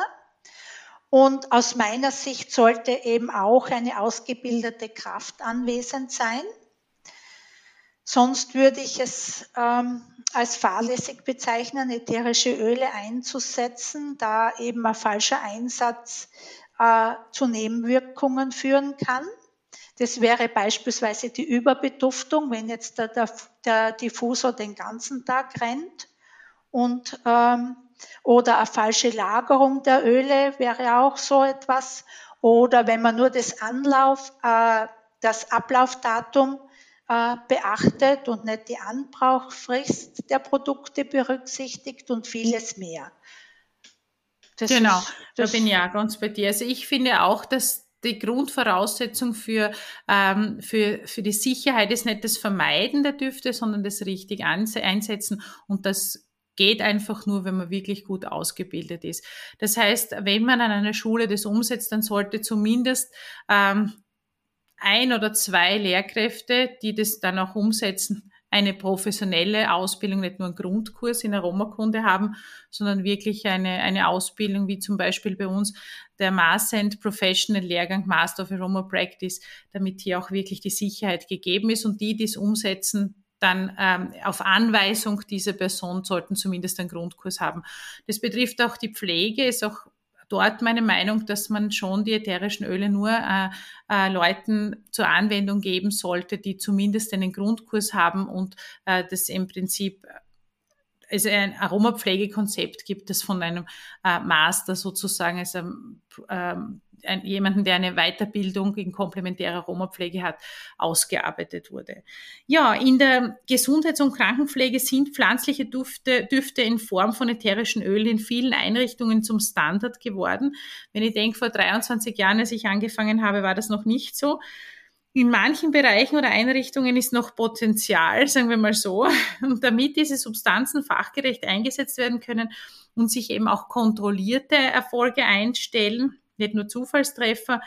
Und aus meiner Sicht sollte eben auch eine ausgebildete Kraft anwesend sein. Sonst würde ich es ähm, als fahrlässig bezeichnen, ätherische Öle einzusetzen, da eben ein falscher Einsatz äh, zu Nebenwirkungen führen kann. Das wäre beispielsweise die Überbeduftung, wenn jetzt der, der, der Diffusor den ganzen Tag rennt. Und, ähm, oder eine falsche Lagerung der Öle wäre auch so etwas. Oder wenn man nur das Anlauf, äh, das Ablaufdatum äh, beachtet und nicht die Anbrauchfrist der Produkte berücksichtigt und vieles mehr. Das genau, ist, das da bin ich auch ganz bei dir. Also ich finde auch, dass die Grundvoraussetzung für, ähm, für, für die Sicherheit ist nicht das Vermeiden der Düfte, sondern das richtig einsetzen. Und das geht einfach nur, wenn man wirklich gut ausgebildet ist. Das heißt, wenn man an einer Schule das umsetzt, dann sollte zumindest ähm, ein oder zwei Lehrkräfte, die das dann auch umsetzen, eine professionelle Ausbildung, nicht nur einen Grundkurs in Aromakunde haben, sondern wirklich eine, eine Ausbildung, wie zum Beispiel bei uns der Master Professional Lehrgang Master of Aroma Practice, damit hier auch wirklich die Sicherheit gegeben ist und die, die es umsetzen, dann ähm, auf Anweisung dieser Person sollten zumindest einen Grundkurs haben. Das betrifft auch die Pflege, ist auch dort meine Meinung, dass man schon die ätherischen Öle nur äh, äh, Leuten zur Anwendung geben sollte, die zumindest einen Grundkurs haben und äh, das im Prinzip also ein Aromapflegekonzept gibt es von einem äh, Master sozusagen, also ähm, ein, jemanden, der eine Weiterbildung in komplementärer Aromapflege hat, ausgearbeitet wurde. Ja, in der Gesundheits- und Krankenpflege sind pflanzliche Düfte, Düfte in Form von ätherischen Ölen in vielen Einrichtungen zum Standard geworden. Wenn ich denke, vor dreiundzwanzig Jahren, als ich angefangen habe, war das noch nicht so. In manchen Bereichen oder Einrichtungen ist noch Potenzial, sagen wir mal so, und damit diese Substanzen fachgerecht eingesetzt werden können und sich eben auch kontrollierte Erfolge einstellen, nicht nur Zufallstreffer,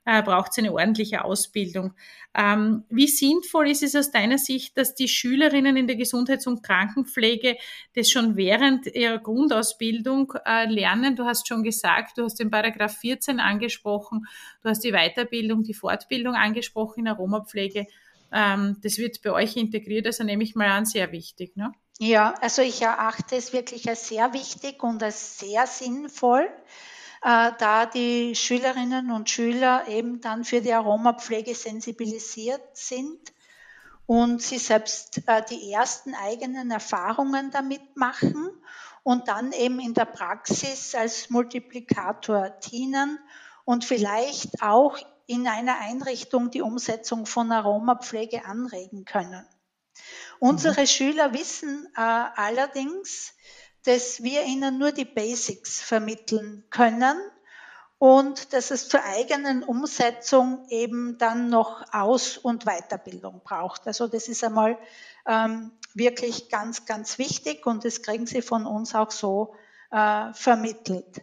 äh, braucht es eine ordentliche Ausbildung. Ähm, wie sinnvoll ist es aus deiner Sicht, dass die Schülerinnen in der Gesundheits- und Krankenpflege das schon während ihrer Grundausbildung äh, lernen? Du hast schon gesagt, du hast den Paragraph vierzehn angesprochen, du hast die Weiterbildung, die Fortbildung angesprochen in Aromapflege. Ähm, das wird bei euch integriert, also nehme ich mal an, sehr wichtig, ne? Ja, also ich erachte es wirklich als sehr wichtig und als sehr sinnvoll, äh, da die Schülerinnen und Schüler eben dann für die Aromapflege sensibilisiert sind und sie selbst äh, die ersten eigenen Erfahrungen damit machen und dann eben in der Praxis als Multiplikator dienen und vielleicht auch in einer Einrichtung die Umsetzung von Aromapflege anregen können. Unsere Mhm. Schüler wissen äh, allerdings, dass wir ihnen nur die Basics vermitteln können und dass es zur eigenen Umsetzung eben dann noch Aus- und Weiterbildung braucht. Also das ist einmal ähm, wirklich ganz, ganz wichtig und das kriegen sie von uns auch so äh, vermittelt.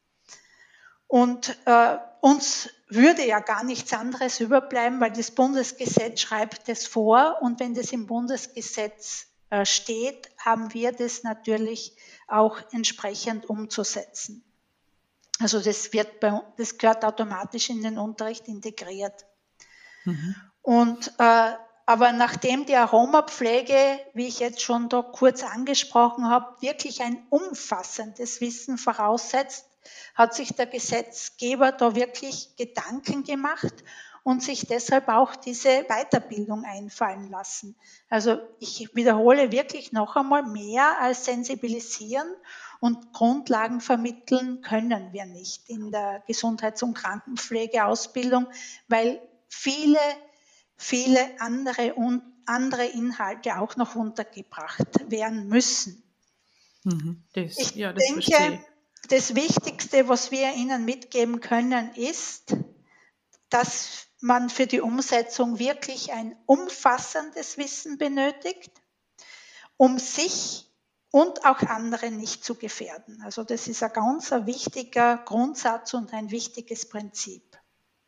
Und äh, uns würde ja gar nichts anderes überbleiben, weil das Bundesgesetz schreibt es vor und wenn das im Bundesgesetz äh, steht, haben wir das natürlich auch entsprechend umzusetzen. Also das wird bei, das gehört automatisch in den Unterricht integriert. Mhm. Und äh, aber nachdem die Aromapflege, wie ich jetzt schon da kurz angesprochen habe, wirklich ein umfassendes Wissen voraussetzt, hat sich der Gesetzgeber da wirklich Gedanken gemacht und sich deshalb auch diese Weiterbildung einfallen lassen. Also ich wiederhole wirklich noch einmal, mehr als sensibilisieren und Grundlagen vermitteln können wir nicht in der Gesundheits- und Krankenpflegeausbildung, weil viele viele andere und andere Inhalte auch noch untergebracht werden müssen. Mhm. Das, Ich ja, das verstehe denke, ich. das Wichtigste, was wir Ihnen mitgeben können, ist, dass man für die Umsetzung wirklich ein umfassendes Wissen benötigt, um sich und auch andere nicht zu gefährden. Also das ist ein ganz ein wichtiger Grundsatz und ein wichtiges Prinzip.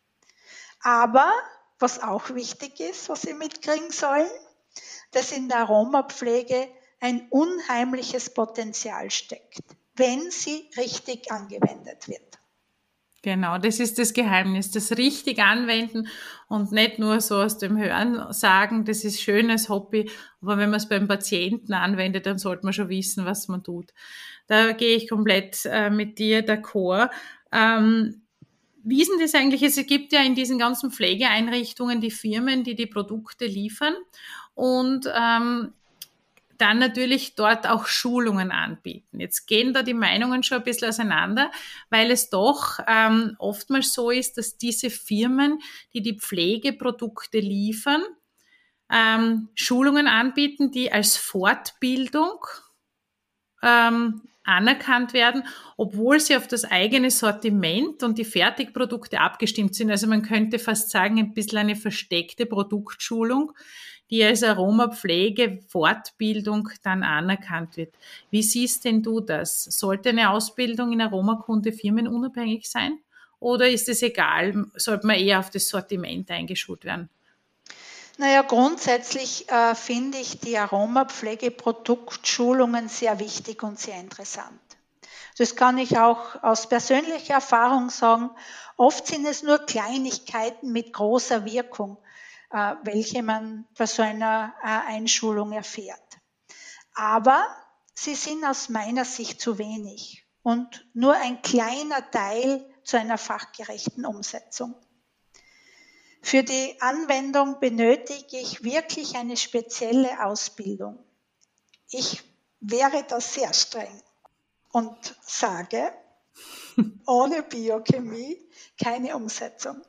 Aber was auch wichtig ist, was Sie mitkriegen sollen, dass in der Aromapflege ein unheimliches Potenzial steckt, wenn sie richtig angewendet wird. Genau, das ist das Geheimnis, das richtig anwenden und nicht nur so aus dem Hören sagen, das ist schönes Hobby, aber wenn man es beim Patienten anwendet, dann sollte man schon wissen, was man tut. Da gehe ich komplett äh, mit dir d'accord. Ähm, wie ist denn das eigentlich? Es gibt ja in diesen ganzen Pflegeeinrichtungen die Firmen, die die Produkte liefern und ähm, dann natürlich dort auch Schulungen anbieten. Jetzt gehen da die Meinungen schon ein bisschen auseinander, weil es doch ähm, oftmals so ist, dass diese Firmen, die die Pflegeprodukte liefern, ähm, Schulungen anbieten, die als Fortbildung ähm, anerkannt werden, obwohl sie auf das eigene Sortiment und die Fertigprodukte abgestimmt sind. Also man könnte fast sagen, ein bisschen eine versteckte Produktschulung, die als Aromapflege Fortbildung dann anerkannt wird. Wie siehst denn du das? Sollte eine Ausbildung in Aromakunde firmenunabhängig sein? Oder ist es egal? Sollte man eher auf das Sortiment eingeschult werden? Naja, grundsätzlich äh, finde ich die Aromapflegeproduktschulungen sehr wichtig und sehr interessant. Das kann ich auch aus persönlicher Erfahrung sagen. Oft sind es nur Kleinigkeiten mit großer Wirkung, äh, welche man bei so einer äh, Einschulung erfährt. Aber sie sind aus meiner Sicht zu wenig und nur ein kleiner Teil zu einer fachgerechten Umsetzung. Für die Anwendung benötige ich wirklich eine spezielle Ausbildung. Ich wäre da sehr streng und sage, ohne Biochemie keine Umsetzung.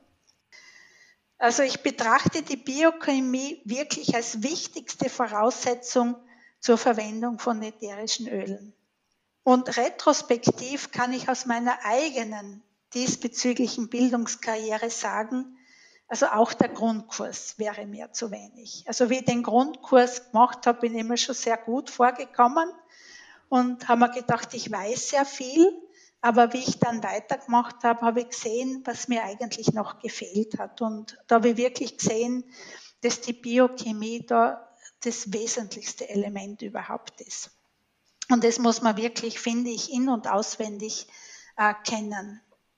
Also ich betrachte die Biochemie wirklich als wichtigste Voraussetzung zur Verwendung von ätherischen Ölen. Und retrospektiv kann ich aus meiner eigenen diesbezüglichen Bildungskarriere sagen, also auch der Grundkurs wäre mir zu wenig. Also wie ich den Grundkurs gemacht habe, bin ich immer schon sehr gut vorgekommen und habe mir gedacht, ich weiß sehr viel, Aber wie ich dann weitergemacht habe, habe ich gesehen, was mir eigentlich noch gefehlt hat. Und da habe ich wirklich gesehen, dass die Biochemie da das wesentlichste Element überhaupt ist. Und das muss man wirklich, finde ich, in- und auswendig äh, kennen.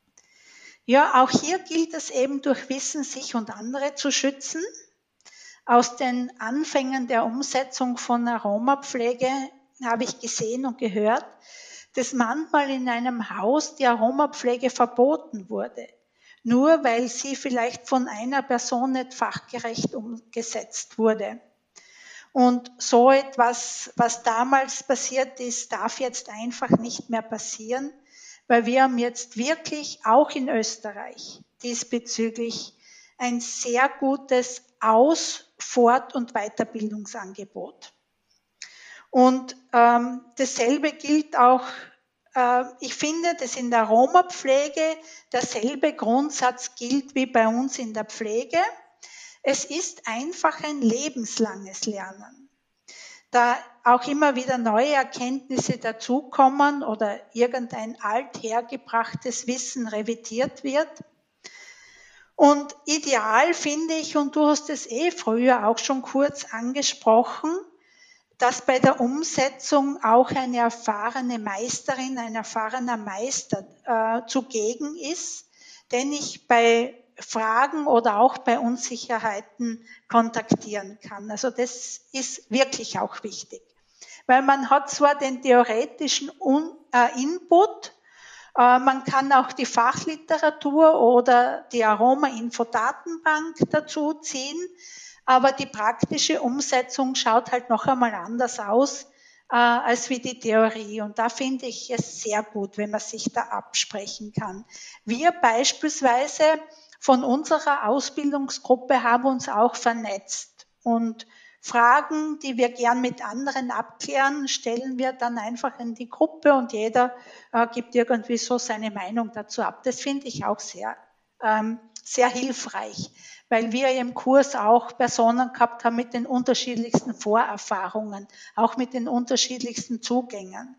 Ja, auch hier gilt es eben durch Wissen, sich und andere zu schützen. Aus den Anfängen der Umsetzung von Aromapflege habe ich gesehen und gehört, dass manchmal in einem Haus die Aromapflege verboten wurde, nur weil sie vielleicht von einer Person nicht fachgerecht umgesetzt wurde. Und so etwas, was damals passiert ist, darf jetzt einfach nicht mehr passieren, weil wir haben jetzt wirklich auch in Österreich diesbezüglich ein sehr gutes Aus-, Fort- und Weiterbildungsangebot. Und ähm, dasselbe gilt auch, äh, ich finde, dass in der Aromapflege derselbe Grundsatz gilt wie bei uns in der Pflege. Es ist einfach ein lebenslanges Lernen. Da auch immer wieder neue Erkenntnisse dazukommen oder irgendein althergebrachtes Wissen revidiert wird. Und ideal finde ich, und du hast es eh früher auch schon kurz angesprochen, dass bei der Umsetzung auch eine erfahrene Meisterin, ein erfahrener Meister äh, zugegen ist, den ich bei Fragen oder auch bei Unsicherheiten kontaktieren kann. Also das ist wirklich auch wichtig, weil man hat zwar den theoretischen Un- äh, Input, äh, man kann auch die Fachliteratur oder die Aroma-Info-Datenbank dazu ziehen, aber die praktische Umsetzung schaut halt noch einmal anders aus äh, als wie die Theorie. Und da finde ich es sehr gut, wenn man sich da absprechen kann. Wir beispielsweise von unserer Ausbildungsgruppe haben uns auch vernetzt. Und Fragen, die wir gern mit anderen abklären, stellen wir dann einfach in die Gruppe und jeder äh, gibt irgendwie so seine Meinung dazu ab. Das finde ich auch sehr, ähm, sehr hilfreich, weil wir im Kurs auch Personen gehabt haben mit den unterschiedlichsten Vorerfahrungen, auch mit den unterschiedlichsten Zugängen.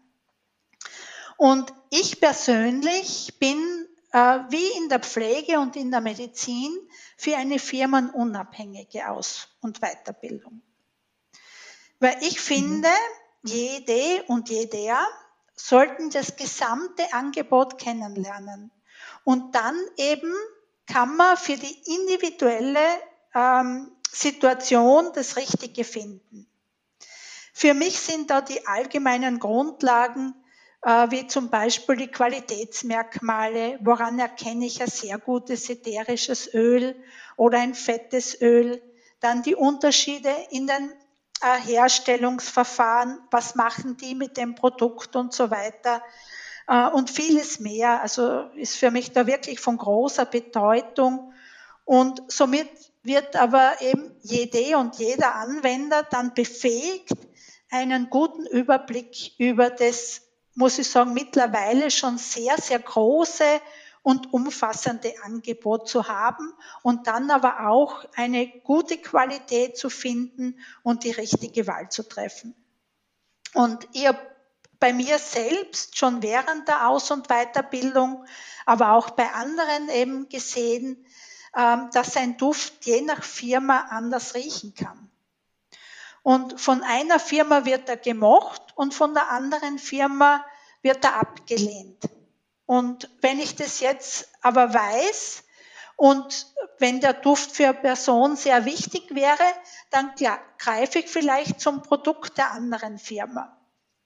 Und ich persönlich bin, äh, wie in der Pflege und in der Medizin, für eine firmenunabhängige Aus- und Weiterbildung. Weil ich finde, jede und jeder sollten das gesamte Angebot kennenlernen. Und dann eben kann man für die individuelle ähm, Situation das Richtige finden. Für mich sind da die allgemeinen Grundlagen, äh, wie zum Beispiel die Qualitätsmerkmale, woran erkenne ich ein sehr gutes ätherisches Öl oder ein fettes Öl, dann die Unterschiede in den äh, Herstellungsverfahren, was machen die mit dem Produkt und so weiter äh, und vieles mehr. Also ist für mich da wirklich von großer Bedeutung und somit wird aber eben jede und jeder Anwender dann befähigt, einen guten Überblick über das, muss ich sagen, mittlerweile schon sehr, sehr große und umfassende Angebot zu haben und dann aber auch eine gute Qualität zu finden und die richtige Wahl zu treffen. Und ich habe bei mir selbst schon während der Aus- und Weiterbildung, aber auch bei anderen eben gesehen, dass ein Duft je nach Firma anders riechen kann. Und von einer Firma wird er gemocht und von der anderen Firma wird er abgelehnt. Und wenn ich das jetzt aber weiß und wenn der Duft für eine Person sehr wichtig wäre, dann greife ich vielleicht zum Produkt der anderen Firma.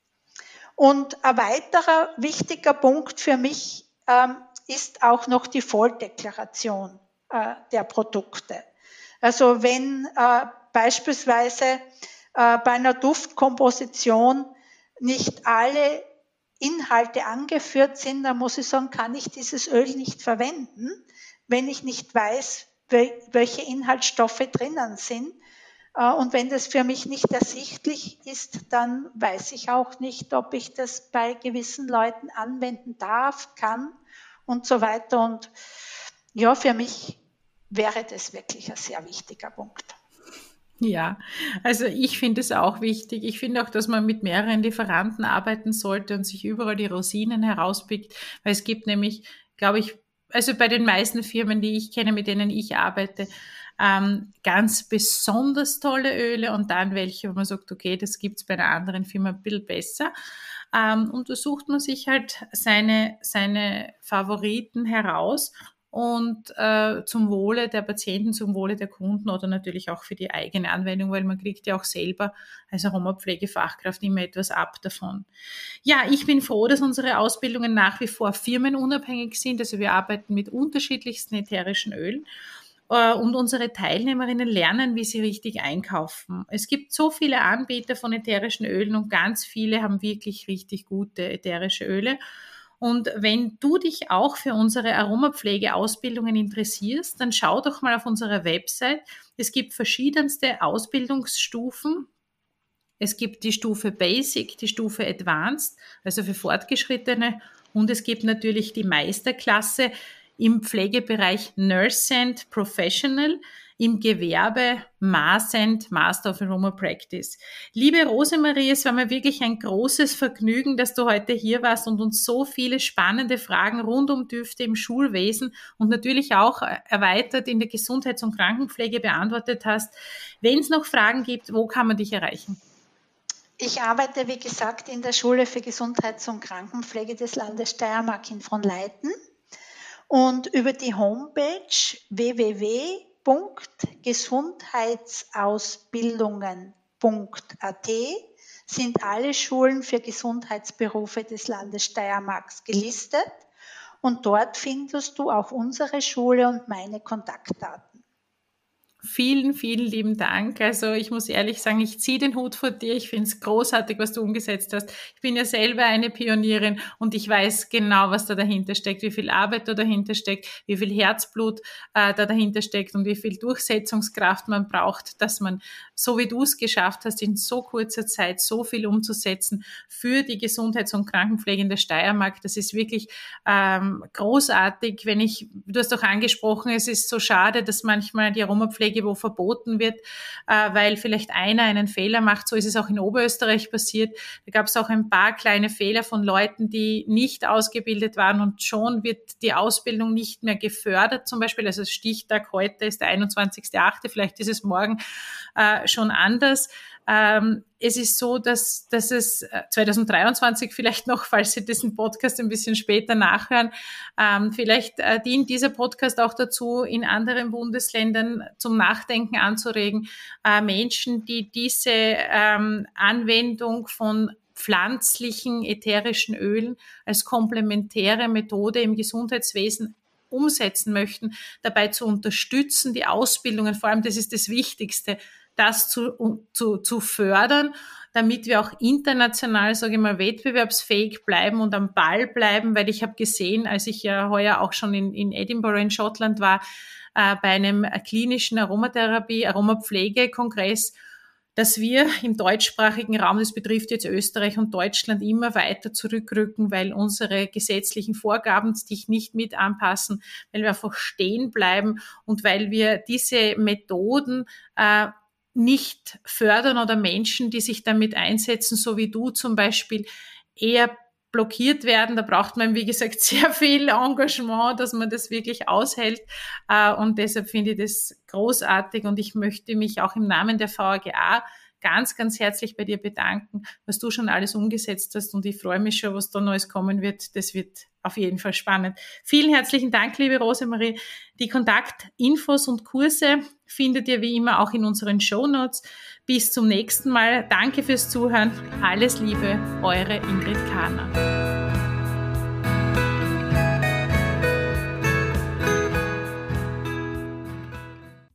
Und ein weiterer wichtiger Punkt für mich ähm, ist auch noch die Volldeklaration äh, der Produkte. Also wenn äh, beispielsweise äh, bei einer Duftkomposition nicht alle Inhalte angeführt sind, dann muss ich sagen, kann ich dieses Öl nicht verwenden, wenn ich nicht weiß, welche Inhaltsstoffe drinnen sind. Und wenn das für mich nicht ersichtlich ist, dann weiß ich auch nicht, ob ich das bei gewissen Leuten anwenden darf, kann und so weiter. Und ja, für mich wäre das wirklich ein sehr wichtiger Punkt. Ja, also ich finde es auch wichtig. Ich finde auch, dass man mit mehreren Lieferanten arbeiten sollte und sich überall die Rosinen herauspickt, weil es gibt nämlich, glaube ich, also bei den meisten Firmen, die ich kenne, mit denen ich arbeite, ähm, ganz besonders tolle Öle und dann welche, wo man sagt, okay, das gibt's bei einer anderen Firma ein bisschen besser. Ähm, und da sucht man sich halt seine, seine Favoriten heraus und äh, zum Wohle der Patienten, zum Wohle der Kunden oder natürlich auch für die eigene Anwendung, weil man kriegt ja auch selber als Aromapflegefachkraft immer etwas ab davon. Ja, ich bin froh, dass unsere Ausbildungen nach wie vor firmenunabhängig sind. Also wir arbeiten mit unterschiedlichsten ätherischen Ölen äh, und unsere Teilnehmerinnen lernen, wie sie richtig einkaufen. Es gibt so viele Anbieter von ätherischen Ölen und ganz viele haben wirklich richtig gute ätherische Öle. Und wenn du dich auch für unsere Aromapflegeausbildungen interessierst, dann schau doch mal auf unserer Website. Es gibt verschiedenste Ausbildungsstufen. Es gibt die Stufe Basic, die Stufe Advanced, also für Fortgeschrittene. Und es gibt natürlich die Meisterklasse im Pflegebereich Nursent Professional, im Gewerbe Marsent Master of Aroma Practice. Liebe Rosemarie, es war mir wirklich ein großes Vergnügen, dass du heute hier warst und uns so viele spannende Fragen rund um Düfte im Schulwesen und natürlich auch erweitert in der Gesundheits- und Krankenpflege beantwortet hast. Wenn es noch Fragen gibt, wo kann man dich erreichen? Ich arbeite, wie gesagt, in der Schule für Gesundheits- und Krankenpflege des Landes Steiermark in Fronleiten. Und über die Homepage w w w punkt gesundheitsausbildungen punkt a t sind alle Schulen für Gesundheitsberufe des Landes Steiermarks gelistet und dort findest du auch unsere Schule und meine Kontaktdaten. Vielen, vielen lieben Dank. Also ich muss ehrlich sagen, ich ziehe den Hut vor dir. Ich finde es großartig, was du umgesetzt hast. Ich bin ja selber eine Pionierin und ich weiß genau, was da dahinter steckt, wie viel Arbeit da dahinter steckt, wie viel Herzblut äh, da dahinter steckt und wie viel Durchsetzungskraft man braucht, dass man, so wie du es geschafft hast, in so kurzer Zeit so viel umzusetzen für die Gesundheits- und Krankenpflege in der Steiermark. Das ist wirklich ähm, großartig. Wenn ich, du hast auch angesprochen, es ist so schade, dass manchmal die Aromapflege wo verboten wird, äh, weil vielleicht einer einen Fehler macht. So ist es auch in Oberösterreich passiert. Da gab es auch ein paar kleine Fehler von Leuten, die nicht ausgebildet waren und schon wird die Ausbildung nicht mehr gefördert. Zum Beispiel, also Stichtag heute ist der einundzwanzigster achte Vielleicht ist es morgen äh, schon anders. Ähm, es ist so, dass, dass es zwanzig dreiundzwanzig vielleicht noch, falls Sie diesen Podcast ein bisschen später nachhören, ähm, vielleicht äh, dient dieser Podcast auch dazu, in anderen Bundesländern zum Nachdenken anzuregen, äh, Menschen, die diese ähm, Anwendung von pflanzlichen ätherischen Ölen als komplementäre Methode im Gesundheitswesen umsetzen möchten, dabei zu unterstützen, die Ausbildungen, vor allem das ist das Wichtigste, das zu, zu, zu fördern, damit wir auch international, sage ich mal, wettbewerbsfähig bleiben und am Ball bleiben, weil ich habe gesehen, als ich ja heuer auch schon in, in Edinburgh in Schottland war, äh, bei einem klinischen Aromatherapie, Aromapflegekongress, dass wir im deutschsprachigen Raum, das betrifft jetzt Österreich und Deutschland, immer weiter zurückrücken, weil unsere gesetzlichen Vorgaben sich nicht mit anpassen, weil wir einfach stehen bleiben und weil wir diese Methoden äh, nicht fördern oder Menschen, die sich damit einsetzen, so wie du zum Beispiel, eher blockiert werden. Da braucht man, wie gesagt, sehr viel Engagement, dass man das wirklich aushält. Und deshalb finde ich das großartig und ich möchte mich auch im Namen der V A G A ganz, ganz herzlich bei dir bedanken, was du schon alles umgesetzt hast und ich freue mich schon, was da Neues kommen wird. Das wird auf jeden Fall spannend. Vielen herzlichen Dank, liebe Rosemarie. Die Kontaktinfos und Kurse findet ihr wie immer auch in unseren Shownotes. Bis zum nächsten Mal. Danke fürs Zuhören. Alles Liebe, eure Ingrid Kahner.